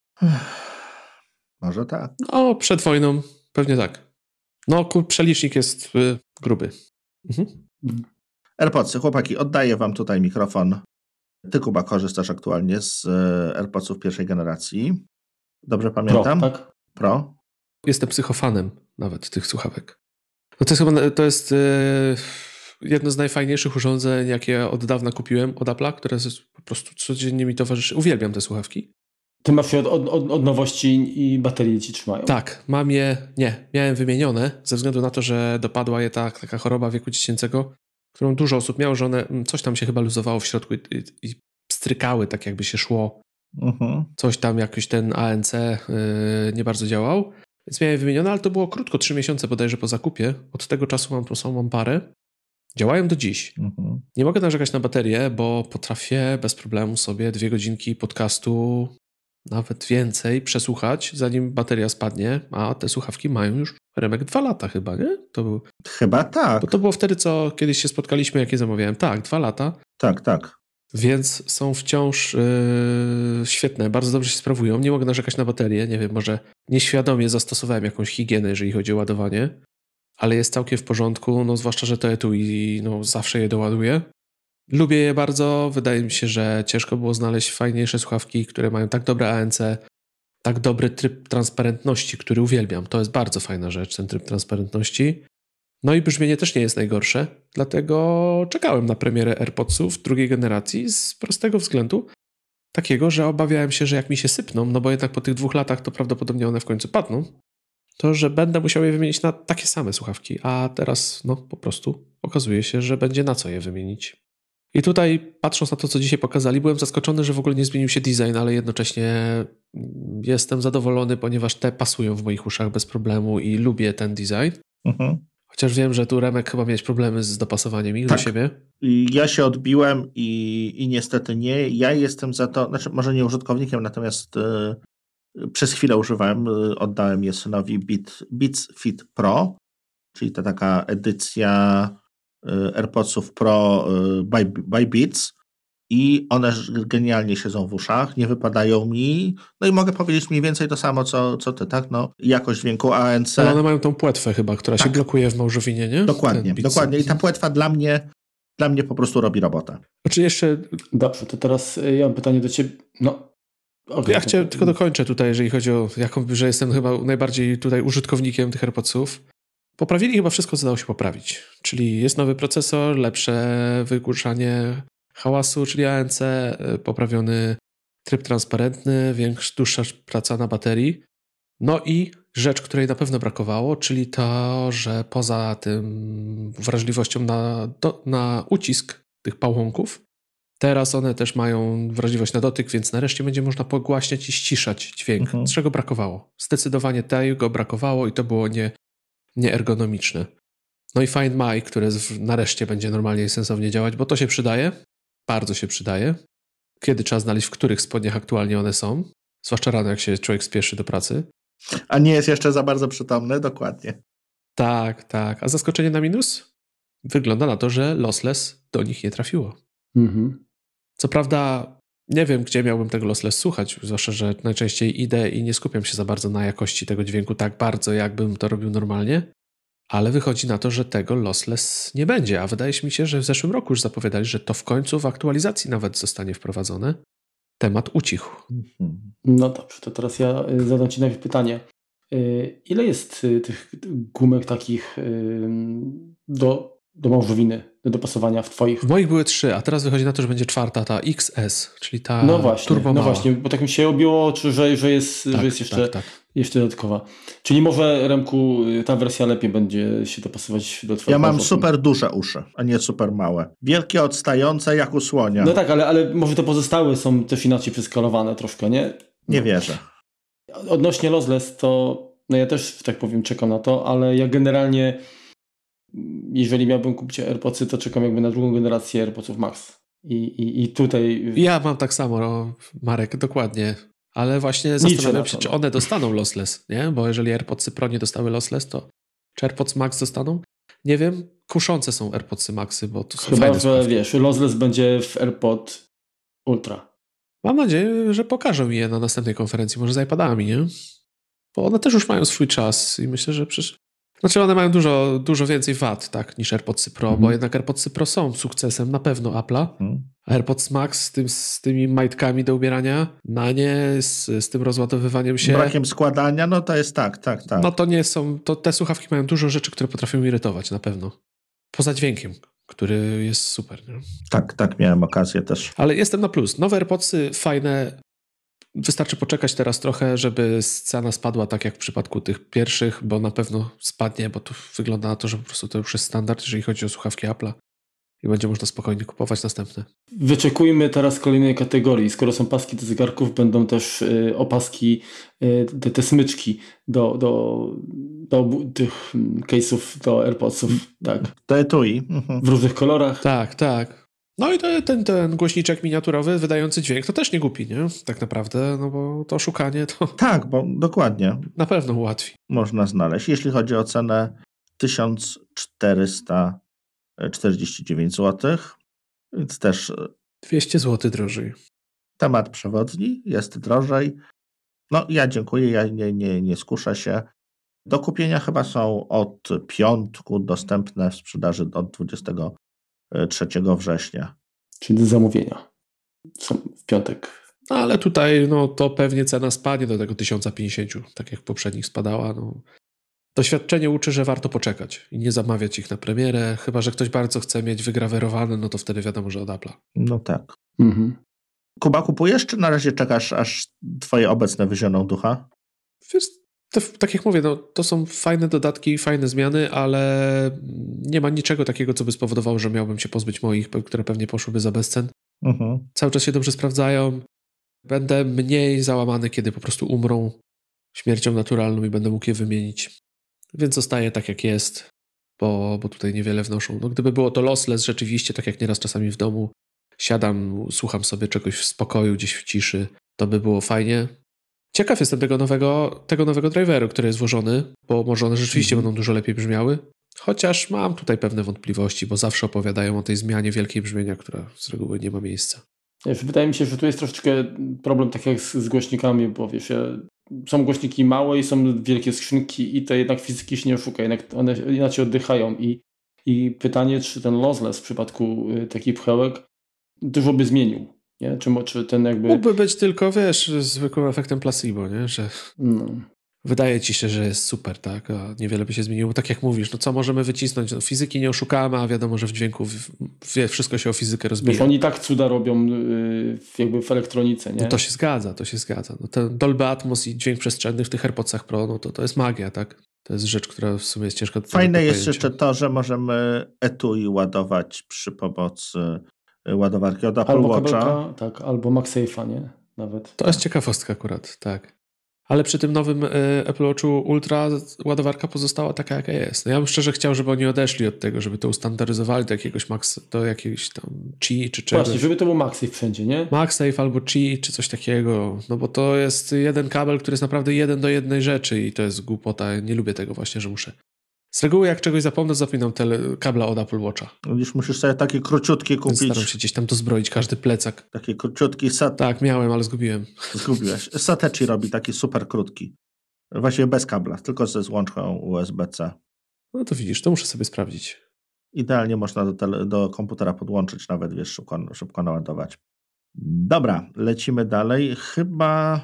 Może tak. No, przed wojną pewnie tak. No, przelicznik jest y, gruby. Mhm. AirPodsy, chłopaki, oddaję wam tutaj mikrofon. Ty, Kuba, korzystasz aktualnie z AirPodsów pierwszej generacji. Dobrze pamiętam? Pro, tak? Pro. Jestem psychofanem nawet tych słuchawek. No to jest chyba, to jest y, jedno z najfajniejszych urządzeń, jakie od dawna kupiłem od Apple'a, które jest, po prostu codziennie mi towarzyszy. Uwielbiam te słuchawki. Ty masz je od, od, od nowości i baterie ci trzymają? Tak, mam je, nie, miałem wymienione ze względu na to, że dopadła je ta, taka choroba wieku dziecięcego, którą dużo osób miało, że one, coś tam się chyba luzowało w środku i, i, i pstrykały, tak jakby się szło. Uh-huh. Coś tam, jakiś ten A N C yy, nie bardzo działał, więc miałem je wymienione, ale to było krótko, trzy miesiące bodajże po zakupie. Od tego czasu mam tą samą parę. Działają do dziś. Uh-huh. Nie mogę narzekać na baterię, bo potrafię bez problemu sobie dwie godzinki podcastu, nawet więcej, przesłuchać, zanim bateria spadnie, a te słuchawki mają już Remek dwa lata chyba, nie? To był... Chyba tak. Bo to było wtedy, co kiedyś się spotkaliśmy, jak je zamawiałem. Tak, dwa lata. Tak, tak. Więc są wciąż yy, świetne, bardzo dobrze się sprawują. Nie mogę narzekać na baterię, nie wiem, może nieświadomie zastosowałem jakąś higienę, jeżeli chodzi o ładowanie, ale jest całkiem w porządku, no zwłaszcza, że to etui no, zawsze je doładuję. Lubię je bardzo, wydaje mi się, że ciężko było znaleźć fajniejsze słuchawki, które mają tak dobre A N C, tak dobry tryb transparentności, który uwielbiam. To jest bardzo fajna rzecz, ten tryb transparentności. No i brzmienie też nie jest najgorsze, dlatego czekałem na premierę AirPodsów drugiej generacji z prostego względu, takiego, że obawiałem się, że jak mi się sypną, no bo jednak po tych dwóch latach to prawdopodobnie one w końcu padną, to że będę musiał je wymienić na takie same słuchawki, a teraz no po prostu okazuje się, że będzie na co je wymienić. I tutaj patrząc na to, co dzisiaj pokazali, byłem zaskoczony, że w ogóle nie zmienił się design, ale jednocześnie jestem zadowolony, ponieważ te pasują w moich uszach bez problemu i lubię ten design. Mhm. Chociaż wiem, że tu Remek chyba miałeś problemy z dopasowaniem ich tak. do siebie. Ja się odbiłem i, i niestety nie. Ja jestem za to, znaczy może nie użytkownikiem, natomiast y, przez chwilę używałem, y, oddałem je synowi Beat, Beats Fit Pro, czyli ta taka edycja y, AirPodsów Pro y, by, by Beats i one genialnie siedzą w uszach, nie wypadają mi, no i mogę powiedzieć mniej więcej to samo, co, co ty, tak? No, jakość dźwięku A N C. Ale one mają tą płetwę chyba, która tak. się blokuje w małżowinie, nie? Dokładnie, dokładnie. I ta płetwa dla mnie, dla mnie po prostu robi robotę. Znaczy jeszcze... Dobrze, to teraz ja mam pytanie do ciebie. No. Okay, ja chciałem, tylko dokończę tutaj, jeżeli chodzi o, jaką, że jestem chyba najbardziej tutaj użytkownikiem tych AirPodsów. Poprawili chyba wszystko, co dało się poprawić. Czyli jest nowy procesor, lepsze wygłuszanie hałasu, czyli A N C, poprawiony tryb transparentny, większa, dłuższa praca na baterii. No i rzecz, której na pewno brakowało, czyli to, że poza tym wrażliwością na, do, na ucisk tych pałąków, teraz one też mają wrażliwość na dotyk, więc nareszcie będzie można pogłaśniać i ściszać dźwięk, mhm. czego brakowało. Zdecydowanie tego brakowało i to było nie, nieergonomiczne. No i Find My, które nareszcie będzie normalnie i sensownie działać, bo to się przydaje. Bardzo się przydaje. Kiedy trzeba znaleźć, w których spodniach aktualnie one są. Zwłaszcza rano, jak się człowiek spieszy do pracy. A nie jest jeszcze za bardzo przytomny? Dokładnie. Tak, tak. A zaskoczenie na minus? Wygląda na to, że lossless do nich nie trafiło. Mhm. Co prawda nie wiem, gdzie miałbym tego lossless słuchać, zwłaszcza, że najczęściej idę i nie skupiam się za bardzo na jakości tego dźwięku tak bardzo, jakbym to robił normalnie. Ale wychodzi na to, że tego lossless nie będzie, a wydaje mi się, że w zeszłym roku już zapowiadali, że to w końcu w aktualizacji nawet zostanie wprowadzone. Temat ucichł. No dobrze, to teraz ja zadam ci najpierw pytanie. Ile jest tych gumek takich do, do małżowiny, do dopasowania w twoich? W moich były trzy, a teraz wychodzi na to, że będzie czwarta, ta X S, czyli ta no właśnie, turbo No mała. właśnie, bo tak mi się obiło, czy, że, że, jest, tak, że jest jeszcze, tak, tak. jeszcze dodatkowa. Czyli może, Remku, ta wersja lepiej będzie się dopasować do twojego. Ja mam super duże uszy, a nie super małe. Wielkie, odstające, jak u słonia. No tak, ale, ale może te pozostałe są też inaczej przeskalowane troszkę, nie? No. Nie wierzę. Odnośnie lossless, to no ja też, tak powiem, czekam na to, ale ja generalnie, jeżeli miałbym kupić AirPodsy, to czekam jakby na drugą generację AirPodsów Max. I, i, i tutaj... Ja mam tak samo, no, Marek, dokładnie. Ale właśnie zastanawiam się, to, czy one dostaną lossless, nie? Bo jeżeli AirPodsy Pro nie dostały lossless, to czy AirPods Max dostaną? Nie wiem, kuszące są AirPodsy Maxy, bo to są Chyba, fajne że słuchawki. Wiesz, lossless będzie w AirPod Ultra. Mam nadzieję, że pokażą mi je na następnej konferencji, może z iPadami, nie? Bo one też już mają swój czas i myślę, że przecież... Znaczy one mają dużo, dużo więcej wad, tak, niż AirPodsy Pro, mm. bo jednak AirPodsy Pro są sukcesem na pewno Apple'a. Mm. AirPods Max z, tym, z tymi majtkami do ubierania, na nie, z, z tym rozładowywaniem się. Brakiem składania, no to jest tak, tak, tak. No to nie są, to te słuchawki mają dużo rzeczy, które potrafią irytować, na pewno. Poza dźwiękiem, który jest super. Nie? Tak, tak, miałem okazję też. Ale jestem na plus. Nowe AirPodsy fajne. Wystarczy poczekać teraz trochę, żeby cena spadła tak jak w przypadku tych pierwszych, bo na pewno spadnie, bo tu wygląda na to, że po prostu to już jest standard, jeżeli chodzi o słuchawki Apple'a i będzie można spokojnie kupować następne. Wyczekujmy teraz kolejnej kategorii. Skoro są paski do zegarków, będą też y, opaski, y, te, te smyczki do, do, do tych case'ów, do AirPodsów. Tak. To etui. Mhm. W różnych kolorach. Tak, tak. No i to, ten, ten głośniczek miniaturowy wydający dźwięk to też nie głupi, nie? Tak naprawdę, no bo to szukanie to... Tak, bo dokładnie. Na pewno ułatwi. Można znaleźć. Jeśli chodzi o cenę tysiąc czterysta czterdzieści dziewięć złotych, więc też... dwieście złotych drożej. Temat przewodni, jest drożej. No ja dziękuję, ja nie, nie, nie skuszę się. Do kupienia chyba są od piątku dostępne w sprzedaży od dwudziestego trzeciego września. Czyli do zamówienia. Są w piątek. Ale tutaj no, to pewnie cena spadnie do tego tysiąc pięćdziesiąt, tak jak poprzednich spadała. No. Doświadczenie uczy, że warto poczekać i nie zamawiać ich na premierę, chyba że ktoś bardzo chce mieć wygrawerowane, no to wtedy wiadomo, że od Apple'a. No tak. Mhm. Kuba, kupujesz, czy na razie czekasz, aż twoje obecne wyzioną ducha? Wiesz, to, tak jak mówię, no, to są fajne dodatki, fajne zmiany, ale nie ma niczego takiego, co by spowodowało, że miałbym się pozbyć moich, które pewnie poszłyby za bezcen. Mhm. Cały czas się dobrze sprawdzają. Będę mniej załamany, kiedy po prostu umrą śmiercią naturalną i będę mógł je wymienić. Więc zostaje tak, jak jest, bo, bo tutaj niewiele wnoszą. No, gdyby było to lossless rzeczywiście, tak jak nieraz czasami w domu, siadam, słucham sobie czegoś w spokoju, gdzieś w ciszy, to by było fajnie. Ciekaw jestem tego nowego, tego nowego driveru, który jest włożony, bo może one rzeczywiście mm. będą dużo lepiej brzmiały. Chociaż mam tutaj pewne wątpliwości, bo zawsze opowiadają o tej zmianie wielkiej brzmienia, która z reguły nie ma miejsca. Wiesz, wydaje mi się, że tu jest troszeczkę problem tak jak z, z głośnikami, bo wiesz, są głośniki małe i są wielkie skrzynki i to jednak fizyki się nie oszuka, jednak one inaczej oddychają i, i pytanie, czy ten lossless w przypadku takich pchełek dużo by zmienił, nie? Czy, czy ten jakby... Mógłby być tylko, wiesz, zwykłym efektem placebo, nie? Że no. Wydaje ci się, że jest super, tak? A niewiele by się zmieniło. Tak jak mówisz, no co możemy wycisnąć? No, fizyki nie oszukamy, a wiadomo, że w dźwięku w, w, wszystko się o fizykę rozbija. Wiesz, oni tak cuda robią yy, jakby w elektronice, nie? No to się zgadza, to się zgadza. No ten Dolby Atmos i dźwięk przestrzenny w tych AirPodsach Pro, no to, to jest magia, tak? To jest rzecz, która w sumie jest ciężka do Fajne jest jeszcze to, że możemy etui ładować przy pomocy ładowarki od Apple albo Watcha. Kabelka, tak, albo MagSafe'a, nie? Nawet. To jest ciekawostka akurat, tak. Ale przy tym nowym y, Apple Watchu Ultra ładowarka pozostała taka, jaka jest. No ja bym szczerze chciał, żeby oni odeszli od tego, żeby to ustandaryzowali do jakiegoś Max, do jakiegoś tam Qi czy czegoś. Właśnie, żeby to był MagSafe wszędzie, nie? MagSafe albo Qi czy coś takiego, no bo to jest jeden kabel, który jest naprawdę jeden do jednej rzeczy i to jest głupota. Ja nie lubię tego właśnie, że muszę. Z reguły jak czegoś zapomnę, zapinam te kabla od Apple Watcha. Widzisz, musisz sobie takie króciutkie kupić. Staram się gdzieś tam dozbroić każdy plecak. Taki króciutki sat. Tak, miałem, ale zgubiłem. Zgubiłeś. Satechi robi taki super krótki. Właściwie bez kabla, tylko ze złączką U S B C. No to widzisz, to muszę sobie sprawdzić. Idealnie można do, tele, do komputera podłączyć, nawet wiesz, szybko, szybko naładować. Dobra, lecimy dalej. Chyba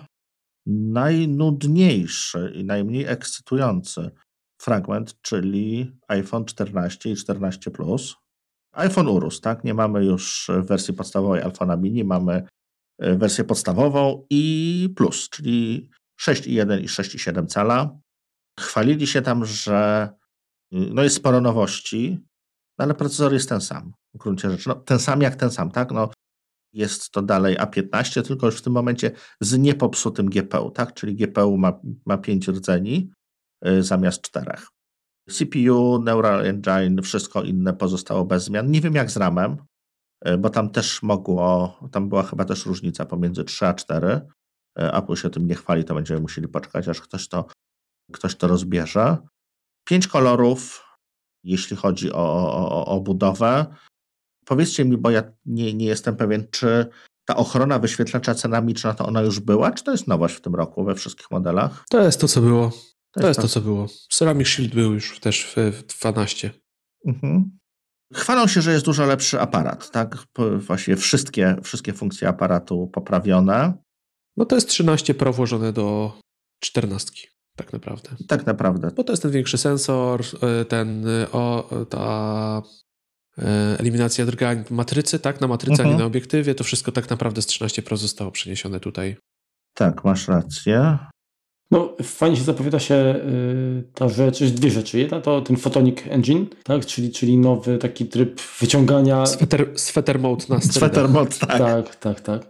najnudniejszy i najmniej ekscytujący fragment, czyli iPhone czternaście i czternaście plus. iPhone urósł, tak? Nie mamy już wersji podstawowej iPhone'a mini, mamy wersję podstawową i plus, czyli sześć i jeden i sześć i siedem cala. Chwalili się tam, że no jest sporo nowości, no ale procesor jest ten sam w gruncie rzeczy. No, ten sam jak ten sam, tak? No, jest to dalej A piętnaście, tylko już w tym momencie z niepopsutym G P U, tak? Czyli G P U ma, ma pięć rdzeni y, zamiast czterech. C P U, Neural Engine, wszystko inne pozostało bez zmian. Nie wiem jak z ramem, y, bo tam też mogło, tam była chyba też różnica pomiędzy trzy a cztery. Y, Apple się tym nie chwali, to będziemy musieli poczekać, aż ktoś to, ktoś to rozbierze. Pięć kolorów, jeśli chodzi o, o, o budowę. Powiedzcie mi, bo ja nie, nie jestem pewien, czy ta ochrona wyświetlacza cenamiczna, to ona już była, czy to jest nowość w tym roku we wszystkich modelach? To jest to, co było. To, to jest to, to, co było. Ceramic Shield był już też w, w dwanaście. Mhm. Chwalą się, że jest dużo lepszy aparat, tak? Właściwie wszystkie, wszystkie funkcje aparatu poprawione. No to jest trzynaście Pro włożone do czternastki, tak naprawdę. Tak naprawdę. Bo to jest ten większy sensor, ten, o, ta eliminacja drgań matrycy, tak? Na matryce, mhm. a nie na obiektywie. To wszystko tak naprawdę z trzynaście Pro zostało przeniesione tutaj. Tak, masz rację. No, fajnie się zapowiada się y, ta rzecz, dwie rzeczy. Jedna to ten Photonic Engine, tak? czyli, czyli nowy taki tryb wyciągania... Sweater, sweater mode na sterydach. Sweater mode, tak. Tak, tak, tak.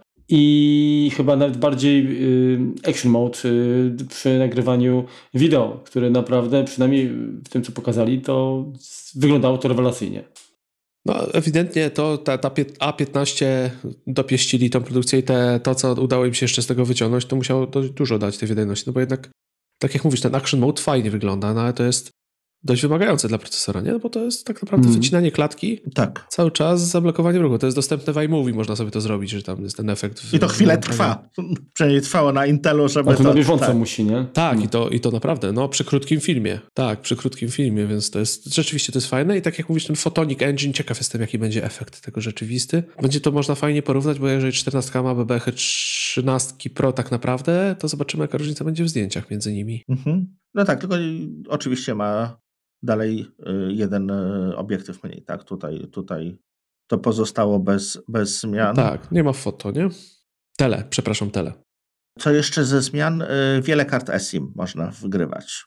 I chyba nawet bardziej y, action mode y, przy nagrywaniu wideo, które naprawdę, przynajmniej w tym, co pokazali, to wyglądało to rewelacyjnie. No ewidentnie to ta, ta A piętnaście dopieścili tą produkcję i te, to, co udało im się jeszcze z tego wyciągnąć, to musiało dość dużo dać tej wydajności, no bo jednak, tak jak mówisz, ten action mode fajnie wygląda, no ale to jest dość wymagające dla procesora, nie? No bo to jest tak naprawdę mm. wycinanie klatki tak. cały czas, zablokowanie ruchu. To jest dostępne w iMovie, można sobie to zrobić, że tam jest ten efekt. W, I to chwilę trwa. Przynajmniej trwało na Intelu, żeby to... to... na bieżąco tak. musi, nie? Tak, i to, i to naprawdę, no przy krótkim filmie. Tak, przy krótkim filmie, więc to jest, rzeczywiście to jest fajne i tak jak mówisz, ten Photonic Engine, ciekaw jestem, jaki będzie efekt tego rzeczywisty. Będzie to można fajnie porównać, bo jeżeli czternastka ma bebechy trzynaście Pro tak naprawdę, to zobaczymy, jaka różnica będzie w zdjęciach między nimi. Mhm. No tak, tylko oczywiście ma dalej jeden obiektyw mniej, tak? Tutaj, tutaj to pozostało bez, bez zmian. Tak, nie ma foto, nie? Tele, przepraszam, tele. Co jeszcze ze zmian? Wiele kart eSIM można wgrywać.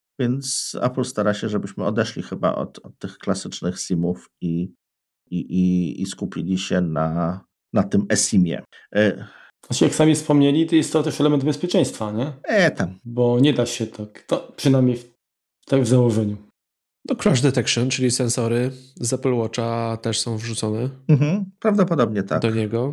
Więc Apple stara się, żebyśmy odeszli chyba od, od tych klasycznych SIM-ów i, i, i, i skupili się na, na tym eSIM-ie. Znaczy, jak sami wspomnieli, to jest to też element bezpieczeństwa, nie? E, tam. Bo nie da się tak, to przynajmniej w, tak w założeniu. No crash detection, czyli sensory z Apple Watcha też są wrzucone. Mhm, prawdopodobnie tak. Do niego.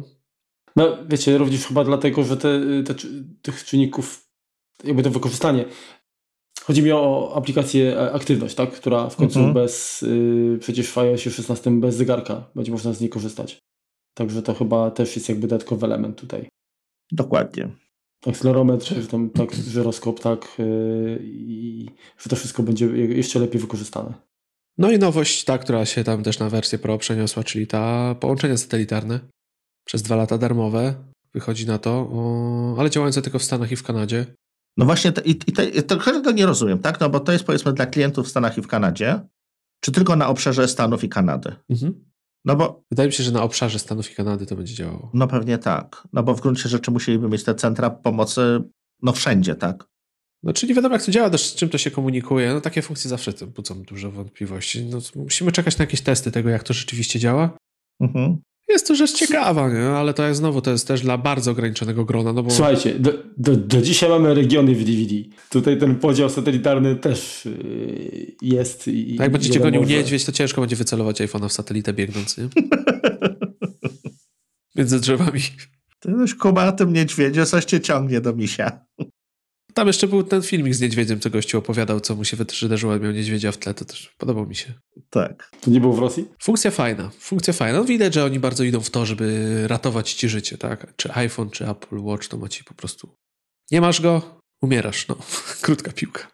No wiecie, również chyba dlatego, że te, te, tych czynników, jakby to wykorzystanie. Chodzi mi o aplikację Aktywność, tak? Która w końcu mhm. bez, y, przecież w iOSie szesnaście bez zegarka będzie można z niej korzystać. Także to chyba też jest jakby dodatkowy element tutaj. Dokładnie. Akcelerometr, że tam tak, żyroskop, tak yy, i że to wszystko będzie jeszcze lepiej wykorzystane. No i nowość ta, która się tam też na wersję Pro przeniosła, czyli ta połączenie satelitarne. Przez dwa lata darmowe wychodzi na to, o, ale działające tylko w Stanach i w Kanadzie. No właśnie te, i, i te, to, to nie rozumiem, tak? No bo to jest powiedzmy dla klientów w Stanach i w Kanadzie, czy tylko na obszarze Stanów i Kanady? Mhm. No bo, wydaje mi się, że na obszarze Stanów i Kanady to będzie działało. No pewnie tak. No bo w gruncie rzeczy musieliby mieć te centra pomocy no wszędzie, tak? No czyli nie wiadomo, jak to działa, też z czym to się komunikuje. No takie funkcje zawsze budzą dużo wątpliwości. No, musimy czekać na jakieś testy tego, jak to rzeczywiście działa. Mhm. Jest to rzecz ciekawa, nie? Ale to jest znowu, to jest też dla bardzo ograniczonego grona. No bo... Słuchajcie, do, do, do dzisiaj mamy regiony w D V D. Tutaj ten podział satelitarny też yy, jest. I, jak będziecie gonił może... niedźwiedź, to ciężko będzie wycelować iPhone'a w satelitę biegnąc, nie? Między drzewami. Ty już kumatym niedźwiedzie, coś cię ciągnie do misia. Tam jeszcze był ten filmik z niedźwiedziem, co gościu opowiadał, co mu się wydarzyło, miał niedźwiedzia w tle, to też podobał mi się. Tak. To nie było w Rosji? Funkcja fajna, funkcja fajna. No widać, że oni bardzo idą w to, żeby ratować ci życie, tak? Czy iPhone, czy Apple Watch, to ma ci po prostu... Nie masz go, umierasz, no. Krótka piłka.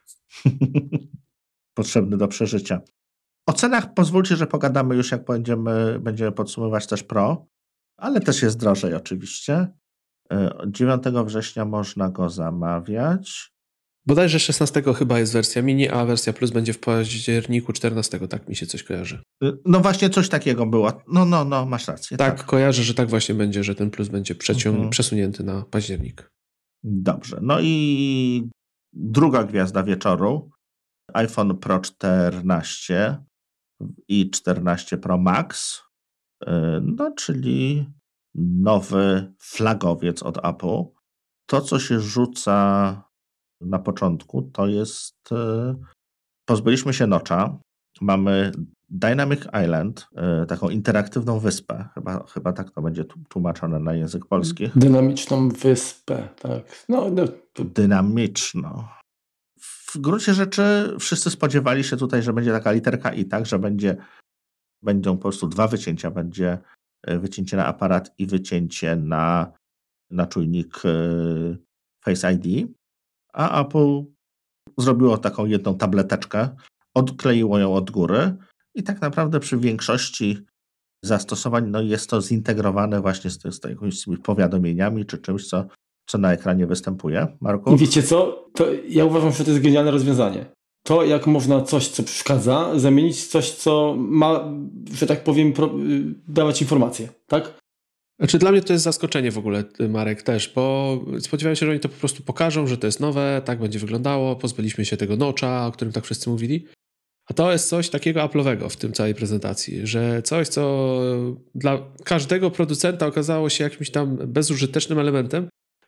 Potrzebny do przeżycia. O cenach pozwólcie, że pogadamy już, jak będziemy, będziemy podsumowywać też Pro, ale też jest drożej oczywiście. dziewiątego września można go zamawiać. Bodajże szesnastego chyba jest wersja mini, a wersja plus będzie w październiku czternastego, tak mi się coś kojarzy. No właśnie coś takiego było. No, no, no, masz rację. Tak, tak. kojarzę, że tak właśnie będzie, że ten plus będzie przecią- mhm. przesunięty na październik. Dobrze. No i druga gwiazda wieczoru. iPhone Pro czternaście i czternaście Pro Max. No, czyli nowy flagowiec od Apple. To, co się rzuca na początku, to jest... Pozbyliśmy się notcha. Mamy Dynamic Island, taką interaktywną wyspę. Chyba, chyba tak to będzie tłumaczone na język polski. Dynamiczną wyspę, tak. No, no. Dynamiczną. W gruncie rzeczy wszyscy spodziewali się tutaj, że będzie taka literka i, tak, że będzie, będą po prostu dwa wycięcia. Będzie wycięcie na aparat i wycięcie na, na czujnik Face I D. A Apple zrobiło taką jedną tableteczkę, odkleiło ją od góry i tak naprawdę przy większości zastosowań no jest to zintegrowane właśnie z, z jakimiś powiadomieniami czy czymś, co, co na ekranie występuje. Marku? I wiecie co? To ja uważam, że to jest genialne rozwiązanie. To, jak można coś, co przeszkadza, zamienić w coś, co ma, że tak powiem, pro, dawać informacje, tak? Znaczy dla mnie to jest zaskoczenie w ogóle, Marek, też, bo spodziewałem się, że oni to po prostu pokażą, że to jest nowe, tak będzie wyglądało, pozbyliśmy się tego notcha, o którym tak wszyscy mówili. A to jest coś takiego Apple'owego w tym całej prezentacji, że coś, co dla każdego producenta okazało się jakimś tam bezużytecznym elementem,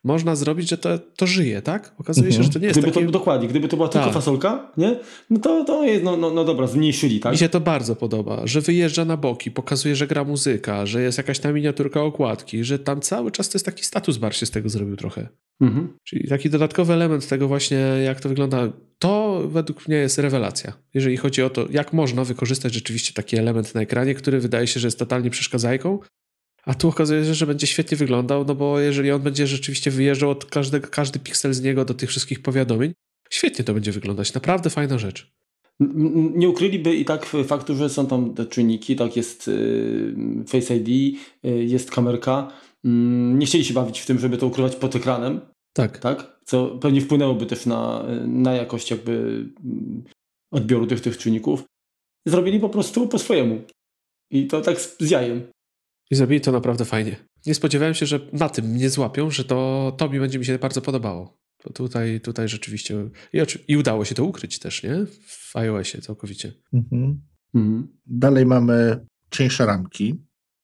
można zrobić, że to, to żyje, tak? Okazuje się, Mhm. że to nie jest Gdyby takie... to, dokładnie, gdyby to była tylko Tak. fasolka, nie? No to, to jest, no, no, no dobra, zmniejszyli, tak? Mi się to bardzo podoba, że wyjeżdża na boki, pokazuje, że gra muzyka, że jest jakaś tam miniaturka okładki, że tam cały czas to jest taki status bar się z tego zrobił trochę. Mhm. Czyli taki dodatkowy element tego właśnie, jak to wygląda, to według mnie jest rewelacja. Jeżeli chodzi o to, jak można wykorzystać rzeczywiście taki element na ekranie, który wydaje się, że jest totalnie przeszkadzajką, a tu okazuje się, że będzie świetnie wyglądał, no bo jeżeli on będzie rzeczywiście wyjeżdżał od każdego, każdy piksel z niego do tych wszystkich powiadomień, świetnie to będzie wyglądać. Naprawdę fajna rzecz. Nie ukryliby i tak faktu, że są tam te czujniki, tak jest y, Face I D, y, jest kamerka. Y, nie chcieli się bawić w tym, żeby to ukrywać pod ekranem, Tak. tak? Co pewnie wpłynęłoby też na, na jakość jakby y, odbioru tych, tych czujników. Zrobili po prostu po swojemu. I to tak z, z jajem. I zrobili to naprawdę fajnie. Nie spodziewałem się, że na tym mnie złapią, że to, to mi będzie mi się bardzo podobało. To tutaj, tutaj rzeczywiście... I, I udało się to ukryć też, nie? W iOSie całkowicie. Mhm. Mhm. Dalej mamy cieńsze ramki.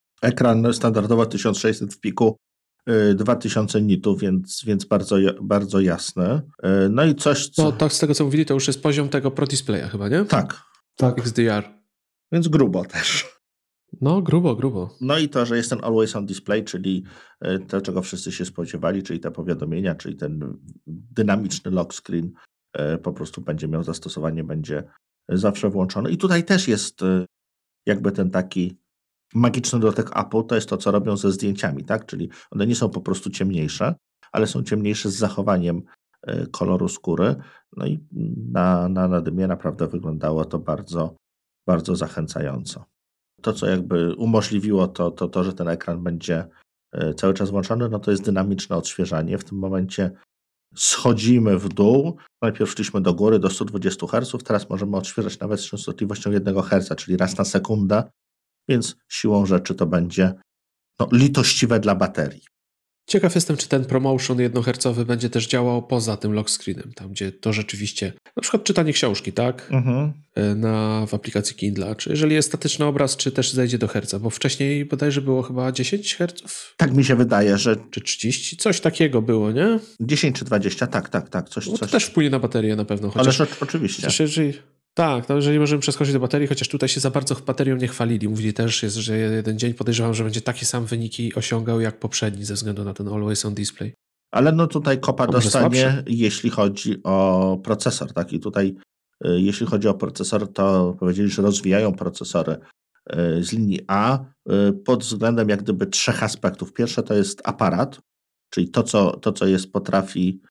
Ekran standardowo tysiąc sześćset w piku, y, dwa tysiące nitów, więc, więc bardzo, bardzo jasne. Y, no i coś, co... No tak z tego, co mówili, to już jest poziom tego Pro Displaya chyba, nie? Tak, Tak. X D R. więc grubo też. No, grubo, grubo. No i to, że jest ten Always On Display, czyli to, czego wszyscy się spodziewali, czyli te powiadomienia, czyli ten dynamiczny lock screen po prostu będzie miał zastosowanie, będzie zawsze włączony. I tutaj też jest jakby ten taki magiczny dotyk Apple, to jest to, co robią ze zdjęciami, tak? Czyli one nie są po prostu ciemniejsze, ale są ciemniejsze z zachowaniem koloru skóry. No i na, na, na dymie naprawdę wyglądało to bardzo, bardzo zachęcająco. To, co jakby umożliwiło to, to, to, że ten ekran będzie cały czas włączony, no to jest dynamiczne odświeżanie. W tym momencie schodzimy w dół. Najpierw szliśmy do góry do stu dwudziestu herców, teraz możemy odświeżać nawet z częstotliwością jednego herca, czyli raz na sekundę, więc siłą rzeczy to będzie no, litościwe dla baterii. Ciekaw jestem, czy ten promotion jednohercowy będzie też działał poza tym lock screenem, tam gdzie to rzeczywiście, na przykład czytanie książki, tak? Mhm. Na, w aplikacji Kindle, czy jeżeli jest statyczny obraz, czy też zejdzie do herca, bo wcześniej bodajże było chyba dziesięć herców? Tak mi się wydaje, że... Czy trzydzieści? Coś takiego było, nie? dziesięć czy dwadzieścia, tak, tak, tak. Coś, No to coś... też wpłynie na baterię na pewno. Chociaż, Ależ oczywiście. chociaż jeżeli, tak, no jeżeli możemy przeskoczyć do baterii, chociaż tutaj się za bardzo baterią nie chwalili. Mówili też, jest, że jeden dzień podejrzewam, że będzie takie sam wyniki osiągał jak poprzedni ze względu na ten Always On Display. Ale no tutaj kopa A może dostanie, słabszy? jeśli chodzi o procesor, tak? I tutaj y, jeśli chodzi o procesor, to powiedzieli, że rozwijają procesory y, z linii A y, pod względem jak gdyby trzech aspektów. Pierwsze to jest aparat, czyli to, co, to, co jest potrafi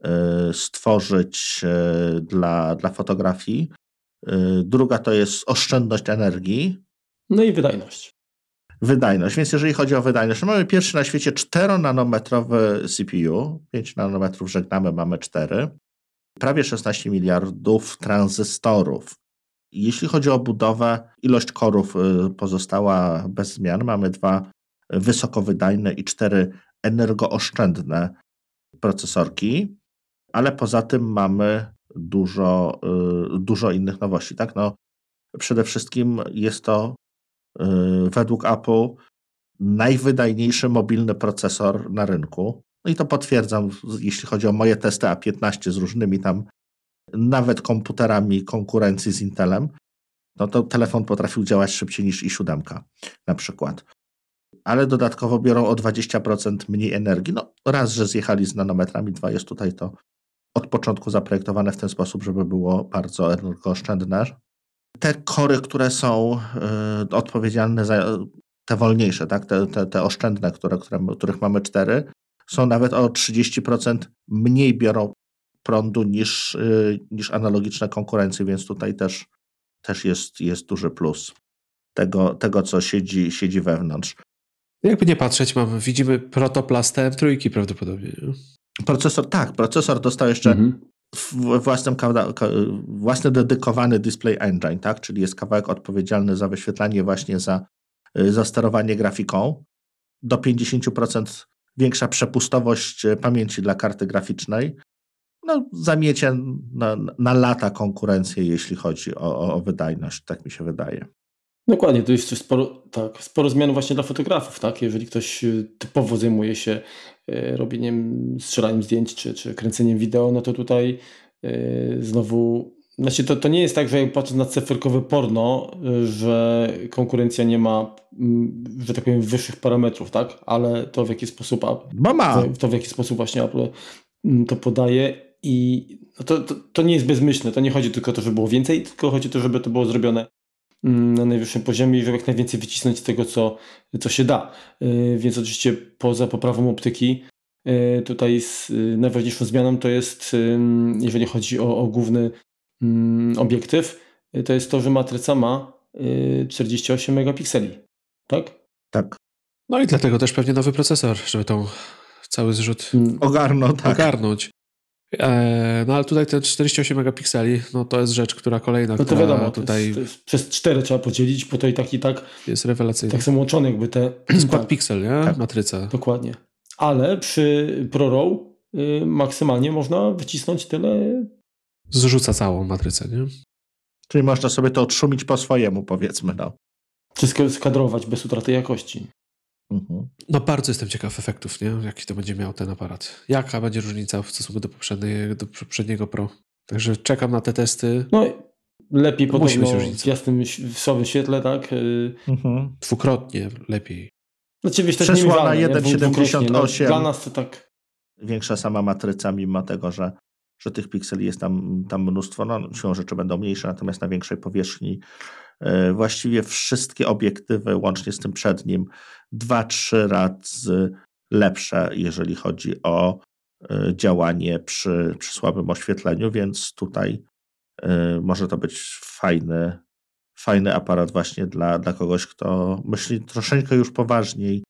y, stworzyć y, dla, dla fotografii. Y, druga to jest oszczędność energii. No i wydajność. Wydajność, więc jeżeli chodzi o wydajność, to mamy pierwszy na świecie czteronanometrowy C P U, pięć nanometrów żegnamy, mamy cztery, prawie szesnaście miliardów tranzystorów. Jeśli chodzi o budowę, ilość korów pozostała bez zmian, mamy dwa wysokowydajne i cztery energooszczędne procesorki, ale poza tym mamy dużo, dużo innych nowości. Tak? No, przede wszystkim jest to według Apple najwydajniejszy mobilny procesor na rynku. No i to potwierdzam, jeśli chodzi o moje testy A piętnaście z różnymi tam nawet komputerami konkurencji z Intelem, no to telefon potrafił działać szybciej niż i siedem na przykład. Ale dodatkowo biorą o dwadzieścia procent mniej energii. No raz, że zjechali z nanometrami, dwa, jest tutaj to od początku zaprojektowane w ten sposób, żeby było bardzo energooszczędne. Te kory, które są y, odpowiedzialne za te wolniejsze, tak? te, te, te oszczędne, które, które, których mamy cztery, są nawet o trzydzieści procent mniej biorą prądu niż, y, niż analogiczne konkurencje, więc tutaj też, też jest, jest duży plus tego, tego co siedzi, siedzi wewnątrz. Jakby nie patrzeć, mamy, widzimy protoplastę M trzy prawdopodobnie. Nie? Procesor, tak, procesor dostał jeszcze Mhm. własny, własny dedykowany display engine, tak? Czyli jest kawałek odpowiedzialny za wyświetlanie, właśnie za, za sterowanie grafiką. Do pięćdziesiąt procent większa przepustowość pamięci dla karty graficznej. No, zamiecie na, na lata konkurencję, jeśli chodzi o, o wydajność, tak mi się wydaje. Dokładnie, to jest też sporo, tak, sporo zmian właśnie dla fotografów, tak? Jeżeli ktoś typowo zajmuje się e, robieniem, strzelaniem zdjęć czy, czy kręceniem wideo, no to tutaj e, znowu, znaczy to, to nie jest tak, że jak patrząc na cyferkowe porno, e, że konkurencja nie ma, m, że tak powiem, wyższych parametrów, tak? Ale to w jaki sposób, a- Bo ma. to w jaki sposób właśnie Apple m, to podaje i no to, to, to nie jest bezmyślne, to nie chodzi tylko o to, żeby było więcej, tylko chodzi o to, żeby to było zrobione na najwyższym poziomie i żeby jak najwięcej wycisnąć z tego, co, co się da. Yy, Więc oczywiście poza poprawą optyki yy, tutaj z, yy, najważniejszą zmianą to jest, yy, jeżeli chodzi o, o główny yy, obiektyw, yy, to jest to, że matryca ma yy, czterdzieści osiem megapikseli. Tak? Tak. No i dlatego też pewnie nowy procesor, żeby tą cały zrzut Yy, Ogarnął, tak. ogarnąć. E, no ale tutaj te czterdzieści osiem megapikseli, no to jest rzecz, która kolejna, No to która wiadomo, tutaj to jest, to jest przez cztery trzeba podzielić, bo to i tak i tak jest rewelacyjna. tak są łączone jakby te... Skład tak, piksel, nie? Tak. Matryca. dokładnie. Ale przy ProRAW yy, maksymalnie można wycisnąć tyle. Zrzuca całą matrycę, nie? Czyli można sobie to odszumić po swojemu, powiedzmy. No. Wszystko skadrować bez utraty jakości. Mhm. No bardzo jestem ciekaw efektów, nie? Jaki to będzie miał ten aparat. Jaka będzie różnica w stosunku do poprzedniego, do poprzedniego Pro. Także czekam na te testy. No lepiej To musi podobno być różnica. w jasnym, w słabym świetle, tak? Yy, Mhm. Dwukrotnie lepiej. Znaczy wiesz, to jest Przeszła na niemywalne, nie? jeden siedemdziesiąt osiem. No, dla nas to tak... Większa sama matryca, mimo tego, że, że tych pikseli jest tam, tam mnóstwo, no siłą rzeczy będą mniejsze, natomiast na większej powierzchni yy, właściwie wszystkie obiektywy, łącznie z tym przednim, dwa, trzy razy lepsze, jeżeli chodzi o yy, działanie przy, przy słabym oświetleniu, więc tutaj yy, może to być fajny, fajny aparat właśnie dla, dla kogoś, kto myśli troszeczkę już poważniej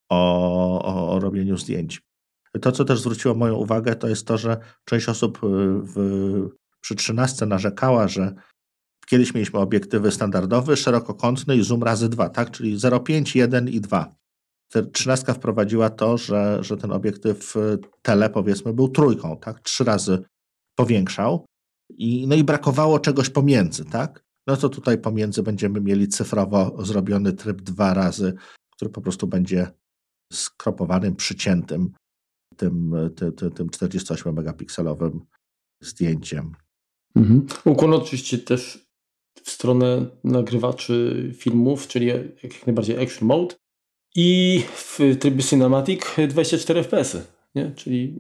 o, o, o robieniu zdjęć. To, co też zwróciło moją uwagę, to jest to, że część osób w, przy trzynastce narzekała, że kiedyś mieliśmy obiektywy standardowe, szerokokątny i zoom razy dwa, tak? Czyli zero przecinek pięć, jeden i dwa. trzynastka wprowadziła to, że, że ten obiektyw tele, powiedzmy, był trójką, tak? Trzy razy powiększał. I, no i brakowało czegoś pomiędzy, tak? No to tutaj pomiędzy będziemy mieli cyfrowo zrobiony tryb dwa razy, który po prostu będzie skropowanym, przyciętym tym, ty, ty, tym czterdziestoosiem-megapikselowym zdjęciem. Mhm. Ukłon oczywiście też w stronę nagrywaczy filmów, czyli jak najbardziej action mode i w trybie cinematic dwadzieścia cztery F P S y, nie? Czyli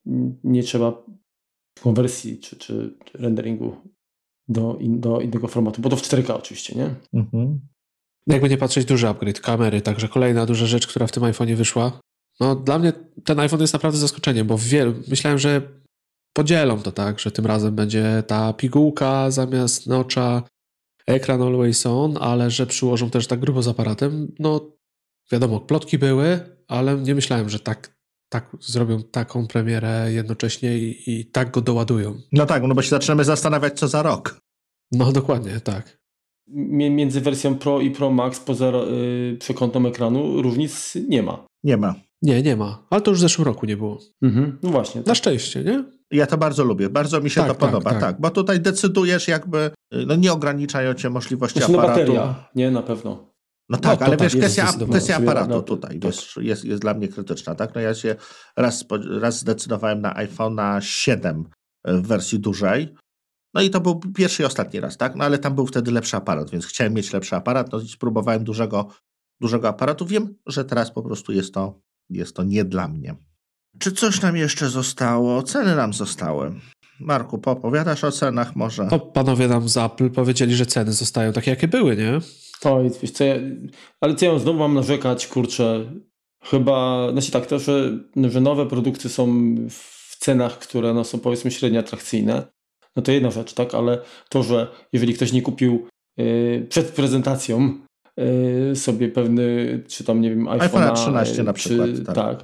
nie trzeba konwersji czy, czy renderingu do, in, do innego formatu, bo to w cztery K oczywiście, nie? Mhm. Jakby nie patrzeć, duży upgrade kamery, także kolejna duża rzecz, która w tym iPhone'ie wyszła. No dla mnie ten iPhone jest naprawdę zaskoczeniem, bo w wielu, myślałem, że podzielą to tak, że tym razem będzie ta pigułka zamiast notcha, ekran always on, ale że przyłożą też tak grubo z aparatem. No wiadomo, plotki były, ale nie myślałem, że tak, tak zrobią taką premierę jednocześnie i, i tak go doładują. No tak, no bo się zaczynamy zastanawiać, co za rok. No dokładnie, tak. Między wersją Pro i Pro Max poza yy, przekątną ekranu różnic nie ma. Nie ma. Nie, nie ma. Ale to już w zeszłym roku nie było. Mhm. No właśnie. Na Tak. szczęście, nie? Ja to bardzo lubię, bardzo mi się Tak, to tak, podoba, tak, tak. bo tutaj decydujesz jakby, no nie ograniczają cię możliwości Znaczy, no aparatu. bateria, nie? Na pewno. No tak, to ale tak, wiesz, jest kwestia, zdecydowanie. kwestia Sobie aparatu na- tutaj tak. wiesz, jest, jest dla mnie krytyczna, tak? No ja się raz, raz zdecydowałem na iPhone'a siedem w wersji dużej, no i to był pierwszy i ostatni raz, tak? No ale tam był wtedy lepszy aparat, więc chciałem mieć lepszy aparat, no i spróbowałem dużego, dużego aparatu. Wiem, że teraz po prostu jest to, jest to nie dla mnie. Czy coś nam jeszcze zostało? Ceny nam zostały. Marku, poopowiadasz o cenach może? To panowie nam z Apple powiedzieli, że ceny zostają takie, jakie były, nie? Oj, wiesz co, ja, ale co ja znowu mam narzekać, kurczę, chyba, znaczy tak, to, że, że nowe produkty są w cenach, które no, są powiedzmy średnio atrakcyjne, no to jedna rzecz, tak, ale to, że jeżeli ktoś nie kupił yy, przed prezentacją yy, sobie pewny, czy tam nie wiem, iPhone'a iPhone'a trzynaście na czy, przykład, tak. tak,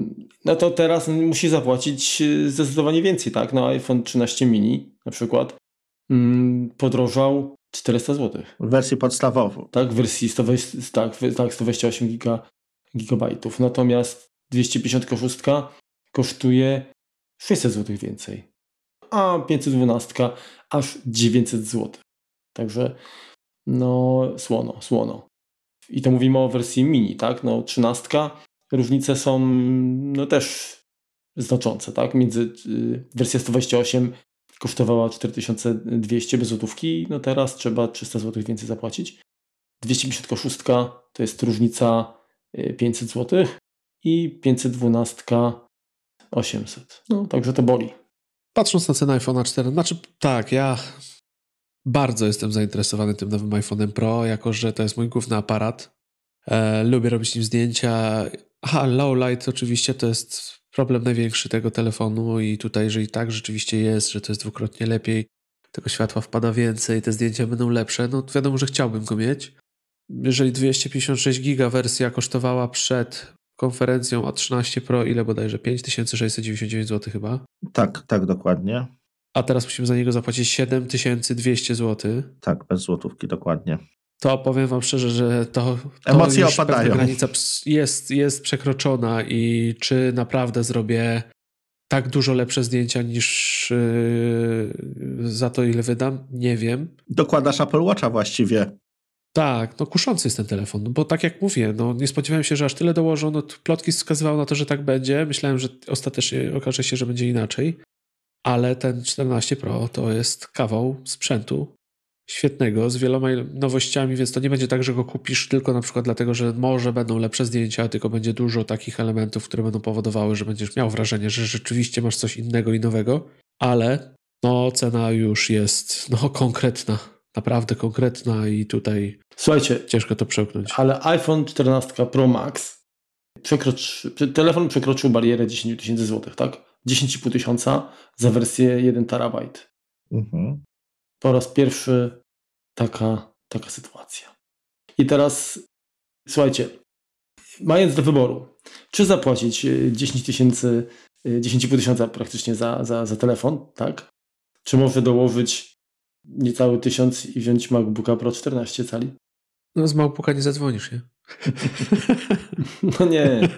no to teraz musi zapłacić zdecydowanie więcej, tak, no iPhone trzynaście mini na przykład mm, podrożał czterysta złotych. W wersji podstawowej. Tak, w wersji sto dwadzieścia, tak, w- tak, sto dwadzieścia osiem giga, gigabajtów. Natomiast dwieście pięćdziesiąt sześć kosztuje sześćset złotych więcej. A pięćset dwanaście aż dziewięćset złotych. Także no słono, słono. I to mówimy o wersji mini, tak? No trzynastka, różnice są no też znaczące, tak? Między y, wersja sto dwadzieścia osiem kosztowała cztery tysiące dwieście bez złotówki, no teraz trzeba trzysta złotych więcej zapłacić. dwieście pięćdziesiąt sześć to jest różnica y, pięćset złotych i pięćset dwanaście osiemset. No także to boli. Patrząc na cenę iPhone'a cztery, znaczy tak, ja bardzo jestem zainteresowany tym nowym iPhone'em Pro, jako że to jest mój główny aparat. E, lubię robić nim zdjęcia. Aha, low light oczywiście to jest problem największy tego telefonu i tutaj, jeżeli tak rzeczywiście jest, że to jest dwukrotnie lepiej, tego światła wpada więcej, te zdjęcia będą lepsze, no to wiadomo, że chciałbym go mieć. Jeżeli dwieście pięćdziesiąt sześć giga wersja kosztowała przed konferencją A trzynaście Pro, ile bodajże? pięć tysięcy sześćset dziewięćdziesiąt dziewięć złotych chyba? Tak, tak, dokładnie. A teraz musimy za niego zapłacić siedem tysięcy dwieście złotych. Tak, bez złotówki, dokładnie. To powiem wam szczerze, że to, to emocje już opadają. pewna granica jest, jest przekroczona i czy naprawdę zrobię tak dużo lepsze zdjęcia niż yy, za to, ile wydam? Nie wiem. Dokładasz Apple Watcha właściwie. Tak, no kuszący jest ten telefon, no bo tak jak mówię, no nie spodziewałem się, że aż tyle dołożą, no plotki wskazywały na to, że tak będzie. Myślałem, że ostatecznie okaże się, że będzie inaczej, ale ten czternaście Pro to jest kawał sprzętu świetnego, z wieloma nowościami, więc to nie będzie tak, że go kupisz tylko na przykład dlatego, że może będą lepsze zdjęcia, tylko będzie dużo takich elementów, które będą powodowały, że będziesz miał wrażenie, że rzeczywiście masz coś innego i nowego, ale no cena już jest no konkretna, naprawdę konkretna i tutaj Słuchajcie, ciężko to przełknąć. Ale iPhone czternaście Pro Max przekroczy, telefon przekroczył barierę dziesięć tysięcy złotych, tak? dziesięć i pół tysiąca za wersję jeden terabajt. Mhm. Po raz pierwszy taka, taka sytuacja. I teraz słuchajcie, mając do wyboru, czy zapłacić dziesięć tysięcy, dziesięć i pół tysiąca praktycznie za, za, za telefon, tak? Czy może dołożyć niecały tysiąc i wziąć MacBooka Pro czternaście cali? No z MacBooka nie zadzwonisz, nie? No nie.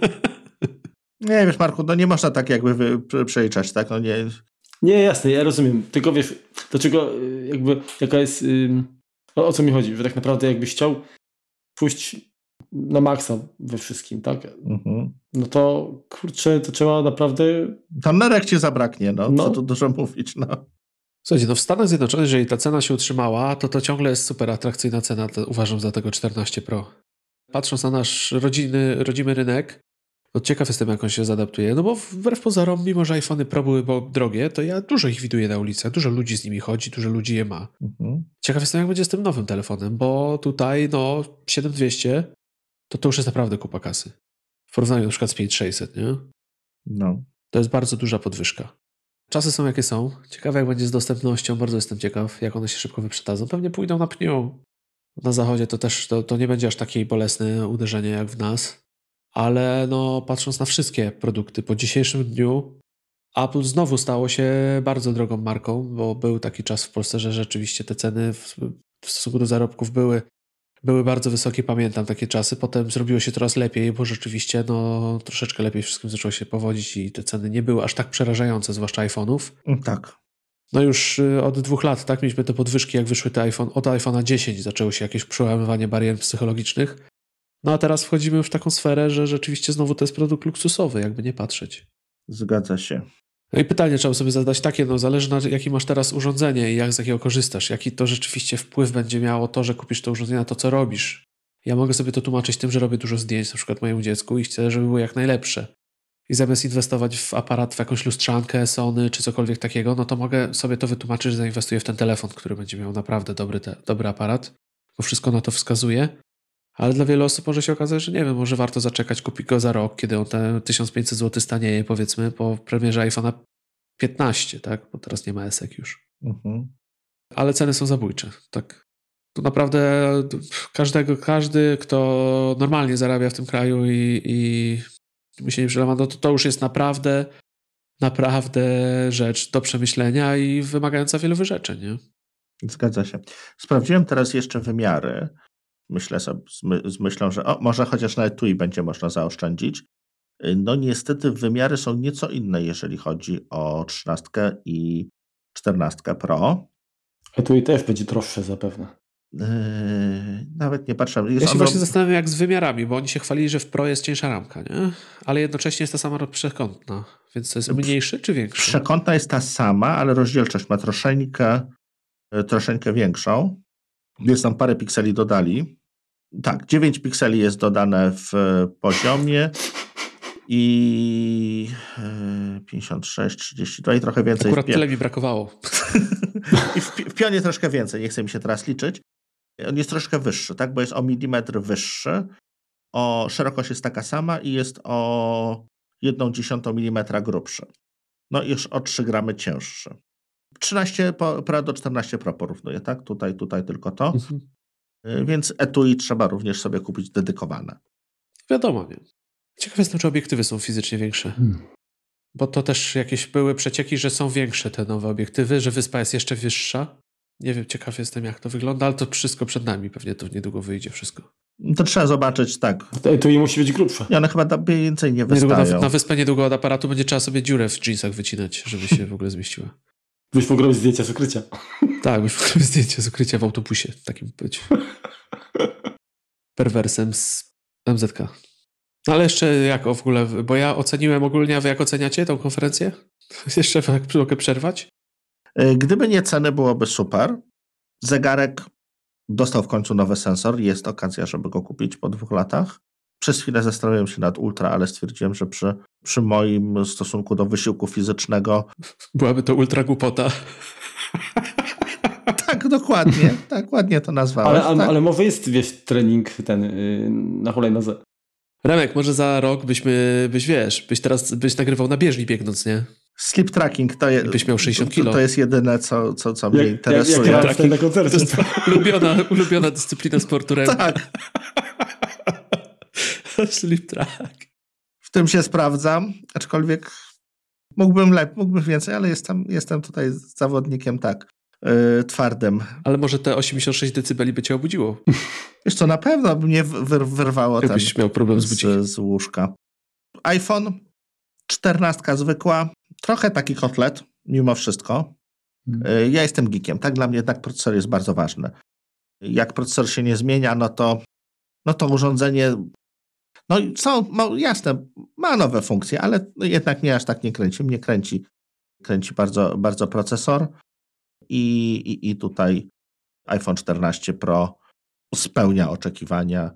Nie, wiesz Marku, no nie można tak jakby wy- przeliczać, tak? No nie... Nie, jasne, ja rozumiem. Tylko wiesz, dlaczego jakby, jaka jest, ym, o, o co mi chodzi, że tak naprawdę jakbyś chciał pójść na maksa we wszystkim, tak? Mhm. No to kurczę, to trzeba naprawdę... Tam nerek cię zabraknie, no, No. co tu dużo mówić, no. Słuchajcie, no w Stanach Zjednoczonych, jeżeli ta cena się utrzymała, to to ciągle jest super atrakcyjna cena, to uważam, za tego czternaście Pro. Patrząc na nasz rodziny, rodzimy rynek, no ciekaw jestem, jak on się zadaptuje, no bo wbrew pozorom, mimo że iPhony Pro były bo drogie, to ja dużo ich widuję na ulicach, dużo ludzi z nimi chodzi, dużo ludzi je ma. Mhm. Ciekaw jestem, jak będzie z tym nowym telefonem, bo tutaj no siedem tysięcy dwieście to to już jest naprawdę kupa kasy. W porównaniu na przykład z pięć tysięcy sześćset, nie? No. To jest bardzo duża podwyżka. Czasy są jakie są. Ciekawe jak będzie z dostępnością, bardzo jestem ciekaw, jak one się szybko wyprzedadzą. Pewnie pójdą na pniu. Na zachodzie to też to, to nie będzie aż takie bolesne uderzenie jak w nas. Ale no patrząc na wszystkie produkty, po dzisiejszym dniu Apple znowu stało się bardzo drogą marką, bo był taki czas w Polsce, że rzeczywiście te ceny w, w stosunku do zarobków były, były bardzo wysokie, pamiętam takie czasy. Potem zrobiło się coraz lepiej, bo rzeczywiście no, troszeczkę lepiej wszystkim zaczęło się powodzić i te ceny nie były aż tak przerażające, zwłaszcza iPhone'ów. Tak. No już y, od dwóch lat, tak, mieliśmy te podwyżki, jak wyszły te iPhone, od iPhone'a dziesięć zaczęło się jakieś przełamywanie barier psychologicznych. No a teraz wchodzimy już w taką sferę, że rzeczywiście znowu to jest produkt luksusowy, jakby nie patrzeć. Zgadza się. No i pytanie trzeba sobie zadać takie, no zależy na jakie masz teraz urządzenie i jak z jakiego korzystasz, jaki to rzeczywiście wpływ będzie miało to, że kupisz to urządzenie na to, co robisz. Ja mogę sobie to tłumaczyć tym, że robię dużo zdjęć na przykład mojemu dziecku i chcę, żeby było jak najlepsze. I zamiast inwestować w aparat, w jakąś lustrzankę, Sony czy cokolwiek takiego, no to mogę sobie to wytłumaczyć, że zainwestuję w ten telefon, który będzie miał naprawdę dobry, te, dobry aparat, bo wszystko na to wskazuje. Ale dla wielu osób może się okazać, że nie wiem, może warto zaczekać, kupić go za rok, kiedy on te tysiąc pięćset złotych stanieje, powiedzmy, po premierze iPhone'a piętnaście, tak? Bo teraz nie ma esek już. Mhm. Ale ceny są zabójcze, tak. To naprawdę każdego, każdy, kto normalnie zarabia w tym kraju i, i mi się nie przelewa, no to to już jest naprawdę, naprawdę rzecz do przemyślenia i wymagająca wielu wyrzeczeń, nie? Zgadza się. Sprawdziłem teraz jeszcze wymiary. Myślę sobie z, my, z myślą, że o, może chociaż nawet tu i będzie można zaoszczędzić. No niestety wymiary są nieco inne, jeżeli chodzi o trzynastkę i czternastkę Pro. A tu i też będzie droższe zapewne. Yy, nawet nie patrzę. Jest ja się on właśnie rob... zastanawiam, jak z wymiarami, bo oni się chwalili, że w Pro jest cięższa ramka, nie? Ale jednocześnie jest ta sama przekątna, więc to jest mniejszy czy większy? Przekątna jest ta sama, ale rozdzielczość ma troszeczkę, troszeczkę większą. Jest tam parę pikseli dodali. Tak, dziewięć pikseli jest dodane w poziomie i pięćdziesiąt sześć, trzydzieści dwa i trochę więcej. Akurat w pie... tyle mi brakowało. I w, pi- w pionie troszkę więcej, nie chce mi się teraz liczyć. On jest troszkę wyższy, tak, bo jest o milimetr wyższy. O szerokość jest taka sama i jest o jedną dziesiątą milimetra grubszy. No i już o trzy gramy cięższy. trzynaście Pro do czternaście Pro porównuje, tak? Tutaj, tutaj tylko to. Mhm. Więc etui trzeba również sobie kupić dedykowane. Wiadomo, nie. Ciekaw jestem, czy obiektywy są fizycznie większe. Hmm. Bo to też jakieś były przecieki, że są większe te nowe obiektywy, że wyspa jest jeszcze wyższa. Nie wiem, ciekaw jestem, jak to wygląda, ale to wszystko przed nami. Pewnie to niedługo wyjdzie wszystko. To trzeba zobaczyć, tak. Etui musi być grubsze. I one chyba więcej nie wystają. Na, na wyspę niedługo od aparatu będzie trzeba sobie dziurę w jeansach wycinać, żeby się w ogóle zmieściła. Byś mógł robić zdjęcia z ukrycia. Tak, byś mógł robić zdjęcia z ukrycia w autobusie. Takim być. Perwersem z M Z K. Ale jeszcze jak w ogóle, bo ja oceniłem ogólnie, a wy jak oceniacie tą konferencję? Jeszcze jak mogę przerwać? Gdyby nie ceny, byłoby super. Zegarek dostał w końcu nowy sensor. Jest okazja, żeby go kupić po dwóch latach. Przez chwilę zastanawiałem się nad Ultra, ale stwierdziłem, że przy, przy moim stosunku do wysiłku fizycznego... Byłaby to ultra głupota. Tak, dokładnie. Tak, ładnie to nazwałeś. Ale, tak. ale może jest, wiesz, trening ten yy, na hulajnodze. Remek, może za rok byśmy, byś wiesz, byś teraz byś nagrywał na bieżni biegnąc, nie? Sleep tracking to jest... Byś miał sześćdziesiąt kilo. To, to jest jedyne, co, co, co mnie jak, interesuje. Jak, jak na koncercie. To jest ulubiona, ulubiona dyscyplina sportu Remka. Tak. Sleep track. W tym się sprawdzam, aczkolwiek mógłbym lepiej, mógłbym więcej, ale jestem, jestem tutaj zawodnikiem tak yy, twardym. Ale może te osiemdziesiąt sześć decybeli by cię obudziło? Wiesz co, na pewno by mnie wyr- wyrwało ten, miał problem z, z, z łóżka. iPhone czternastka zwykła, trochę taki kotlet, mimo wszystko. Yy, ja jestem geekiem, tak? Dla mnie jednak procesor jest bardzo ważny. Jak procesor się nie zmienia, no to, no to urządzenie... No i są, no jasne, ma nowe funkcje, ale jednak mnie aż tak nie kręci. Mnie kręci, kręci bardzo, bardzo procesor i, i, i tutaj iPhone czternaście Pro spełnia oczekiwania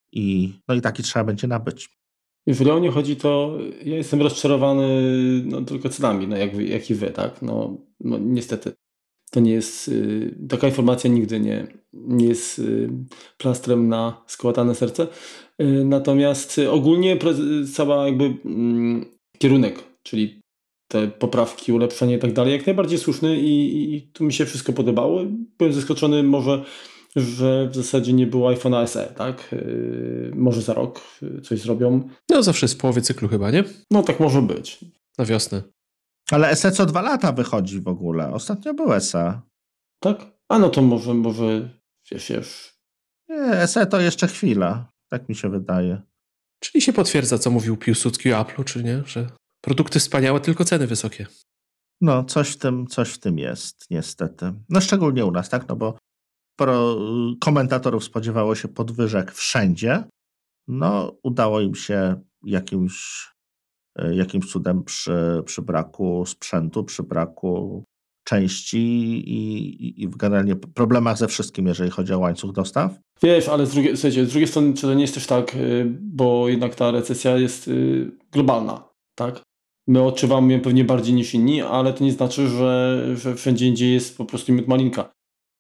i, no i taki trzeba będzie nabyć. Jeżeli o mnie chodzi, to ja jestem rozczarowany no, tylko cenami, no, jak, jak i wy, tak? No, no niestety. To nie jest, y, taka informacja nigdy nie, nie jest y, plastrem na skołatane serce. Y, natomiast y, ogólnie pre- cała jakby y, kierunek, czyli te poprawki, ulepszenie i tak dalej, jak najbardziej słuszny i, i tu mi się wszystko podobało. Byłem zaskoczony może, że w zasadzie nie było iPhone'a S E, tak? Y, może za rok coś zrobią. No zawsze jest w połowie cyklu chyba, nie? No tak może być. Na wiosnę. Ale S E co dwa lata wychodzi w ogóle. Ostatnio był S E. Tak? A no to może, może wiesz, wiesz. Nie, S E to jeszcze chwila. Tak mi się wydaje. Czyli się potwierdza, co mówił Piłsudski o Apple'u, czy nie? Że produkty wspaniałe, tylko ceny wysokie. No, coś w tym, coś w tym jest, niestety. No szczególnie u nas, tak? No bo sporo komentatorów spodziewało się podwyżek wszędzie. No, udało im się jakimś, jakimś cudem przy, przy braku sprzętu, przy braku części i, i, i w generalnie problemach ze wszystkim, jeżeli chodzi o łańcuch dostaw. Wiesz, ale z drugiej, słuchajcie, z drugiej strony to nie jest też tak, bo jednak ta recesja jest globalna, tak? My odczuwamy ją pewnie bardziej niż inni, ale to nie znaczy, że, że wszędzie indziej jest po prostu miód malinka.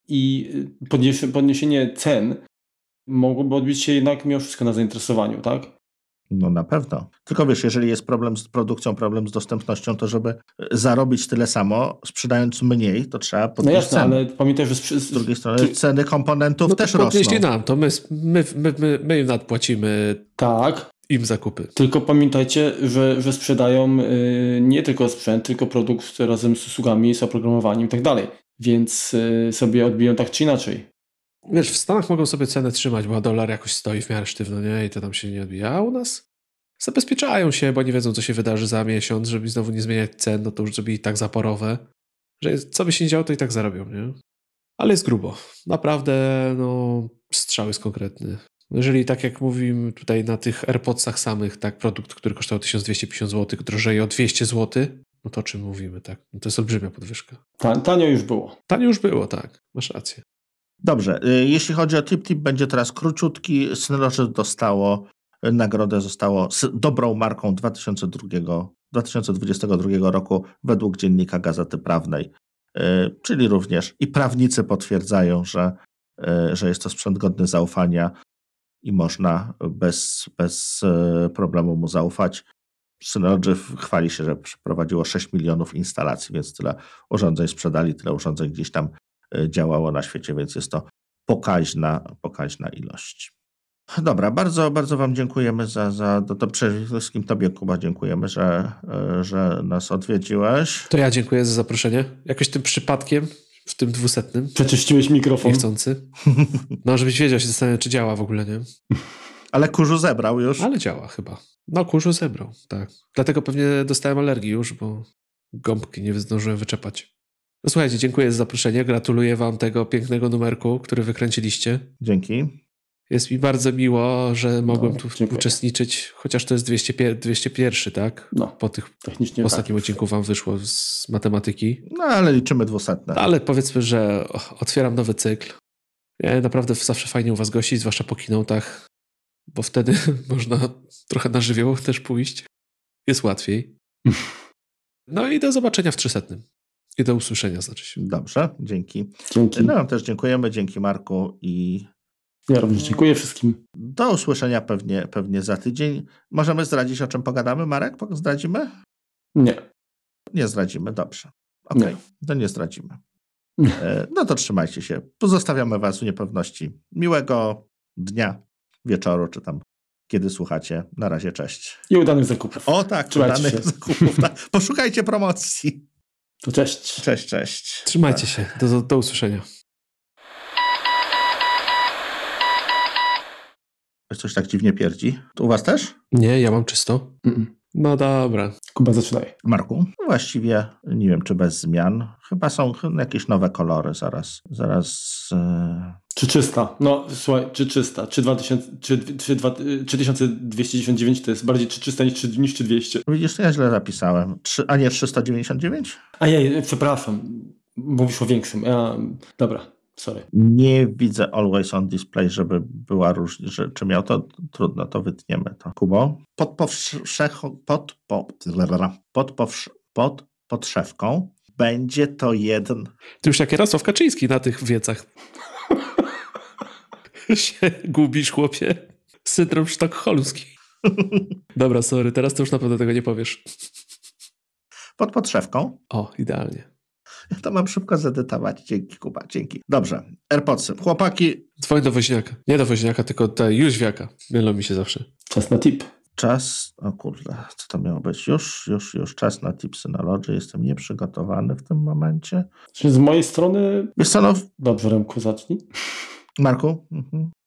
I podniesienie, podniesienie cen mogłoby odbić się jednak mimo wszystko na zainteresowaniu, tak? No na pewno. Tylko wiesz, jeżeli jest problem z produkcją, problem z dostępnością, to żeby zarobić tyle samo, sprzedając mniej, to trzeba podnieść No jasne, ceny. ale pamiętaj, że... Sprzy... Z drugiej strony ceny komponentów no też to podnieśli rosną. nam, to my, my, my, my, my im nadpłacimy tak. im zakupy. Tylko pamiętajcie, że, że sprzedają y, nie tylko sprzęt, tylko produkt razem z usługami, z oprogramowaniem i tak dalej. Więc y, sobie odbiją tak czy inaczej. Wiesz, w Stanach mogą sobie cenę trzymać, bo dolar jakoś stoi w miarę sztywno, nie? I to tam się nie odbija. A u nas zabezpieczają się, bo nie wiedzą, co się wydarzy za miesiąc, żeby znowu nie zmieniać cen, no to już zrobili tak zaporowe, że co by się nie działo, to i tak zarobią, nie? Ale jest grubo. Naprawdę no, strzał jest konkretny. Jeżeli tak jak mówimy tutaj na tych AirPodsach samych, tak, produkt, który kosztował tysiąc dwieście pięćdziesiąt złotych, drożeje o dwieście złotych, no to o czym mówimy, tak? No to jest olbrzymia podwyżka. Ta, tanio już było. Tanio już było, tak. Masz rację. Dobrze, jeśli chodzi o TipTip, będzie teraz króciutki. Synology dostało nagrodę, zostało dobrą marką dwa tysiące dwudziestego drugiego roku według dziennika Gazety Prawnej. Czyli również i prawnicy potwierdzają, że, że jest to sprzęt godny zaufania i można bez, bez problemu mu zaufać. Synology chwali się, że przeprowadziło sześć milionów instalacji, więc tyle urządzeń sprzedali, tyle urządzeń gdzieś tam działało na świecie, więc jest to pokaźna, pokaźna ilość. Dobra, bardzo, bardzo Wam dziękujemy za, za to, to przede wszystkim Tobie, Kuba, dziękujemy, że, że nas odwiedziłeś. To ja dziękuję za zaproszenie. Jakoś tym przypadkiem w tym dwusetnym. Przeczyściłeś mikrofon. Niechcący. No, żebyś wiedział, się zastanawiam, czy działa w ogóle, nie? Ale kurzu zebrał już. Ale działa chyba. No, kurzu zebrał, tak. Dlatego pewnie dostałem alergii już, bo gąbki nie zdążyłem wyczepać. No słuchajcie, dziękuję za zaproszenie. Gratuluję Wam tego pięknego numerku, który wykręciliście. Dzięki. Jest mi bardzo miło, że mogłem no, tu dziękuję. uczestniczyć, chociaż to jest dwieście, dwieście jeden, tak? No, po tych technicznie ostatnim tak. odcinku Wam wyszło z matematyki. No, ale liczymy dwusetne. Ale powiedzmy, że otwieram nowy cykl. Ja naprawdę zawsze fajnie u Was gościć, zwłaszcza po keynote'ach, bo wtedy można trochę na żywioł też pójść. Jest łatwiej. No i do zobaczenia w trzysetnym. I do usłyszenia, znaczy się. Dobrze, dzięki. Dzięki. No, też dziękujemy, dzięki Marku i ja również dziękuję wszystkim. Do usłyszenia pewnie, pewnie za tydzień. Możemy zdradzić, o czym pogadamy, Marek? Zdradzimy? Nie. Nie zdradzimy, dobrze. Okej, okay. To nie zdradzimy. Nie. No to trzymajcie się. Pozostawiamy Was w niepewności. Miłego dnia, wieczoru, czy tam kiedy słuchacie. Na razie, cześć. I udanych zakupów. O tak, Trzymajcie udanych się. zakupów. Tak. Poszukajcie promocji. To cześć. Cześć, cześć. Trzymajcie tak. się. Do, do, do usłyszenia. Coś tak dziwnie pierdzi. U Was też? Nie, ja mam czysto. Mm-mm. No dobra. Kuba, zaczynaj. Marku? Właściwie nie wiem, czy bez zmian. Chyba są jakieś nowe kolory zaraz. Zaraz... Yy... Czy czysta? No słuchaj, czy czysta? Czy, dwa tysiące, czy, czy, dwa, trzy tysiące dwieście dziewięćdziesiąt dziewięć to jest bardziej czy czysta niż, niż trzy dwieście? Widzisz, to ja źle zapisałem. Trzy, a nie trzysta dziewięćdziesiąt dziewięć? A ja, przepraszam. Mówisz o większym. Ja, dobra. Sorry. Nie widzę always on display, żeby była różnica, że czy miał to, trudno, to wytniemy to. Kubo, pod, powszech, pod, po, pod, powsz, pod podszewką będzie to jeden... Ty już jak Jarosław Kaczyński na tych wiecach. się gubisz, chłopie. Syndrom sztokholmski. Dobra, sorry, teraz to już na pewno tego nie powiesz. Pod podszewką. O, idealnie. Ja to mam szybko zedytować. Dzięki, Kuba, dzięki. Dobrze, AirPodsy. Chłopaki. Dzwoń do Woźniaka. Nie do Woźniaka, tylko do Jóźwiaka. Mylą mi się zawsze. Czas na tip. Czas, o kurde, co to miało być? Już, już, już czas na tip Synology. Jestem nieprzygotowany w tym momencie. Czy z mojej strony... Wiesz co, no... Dobrze, Remku, zacznij. Marku? Mhm.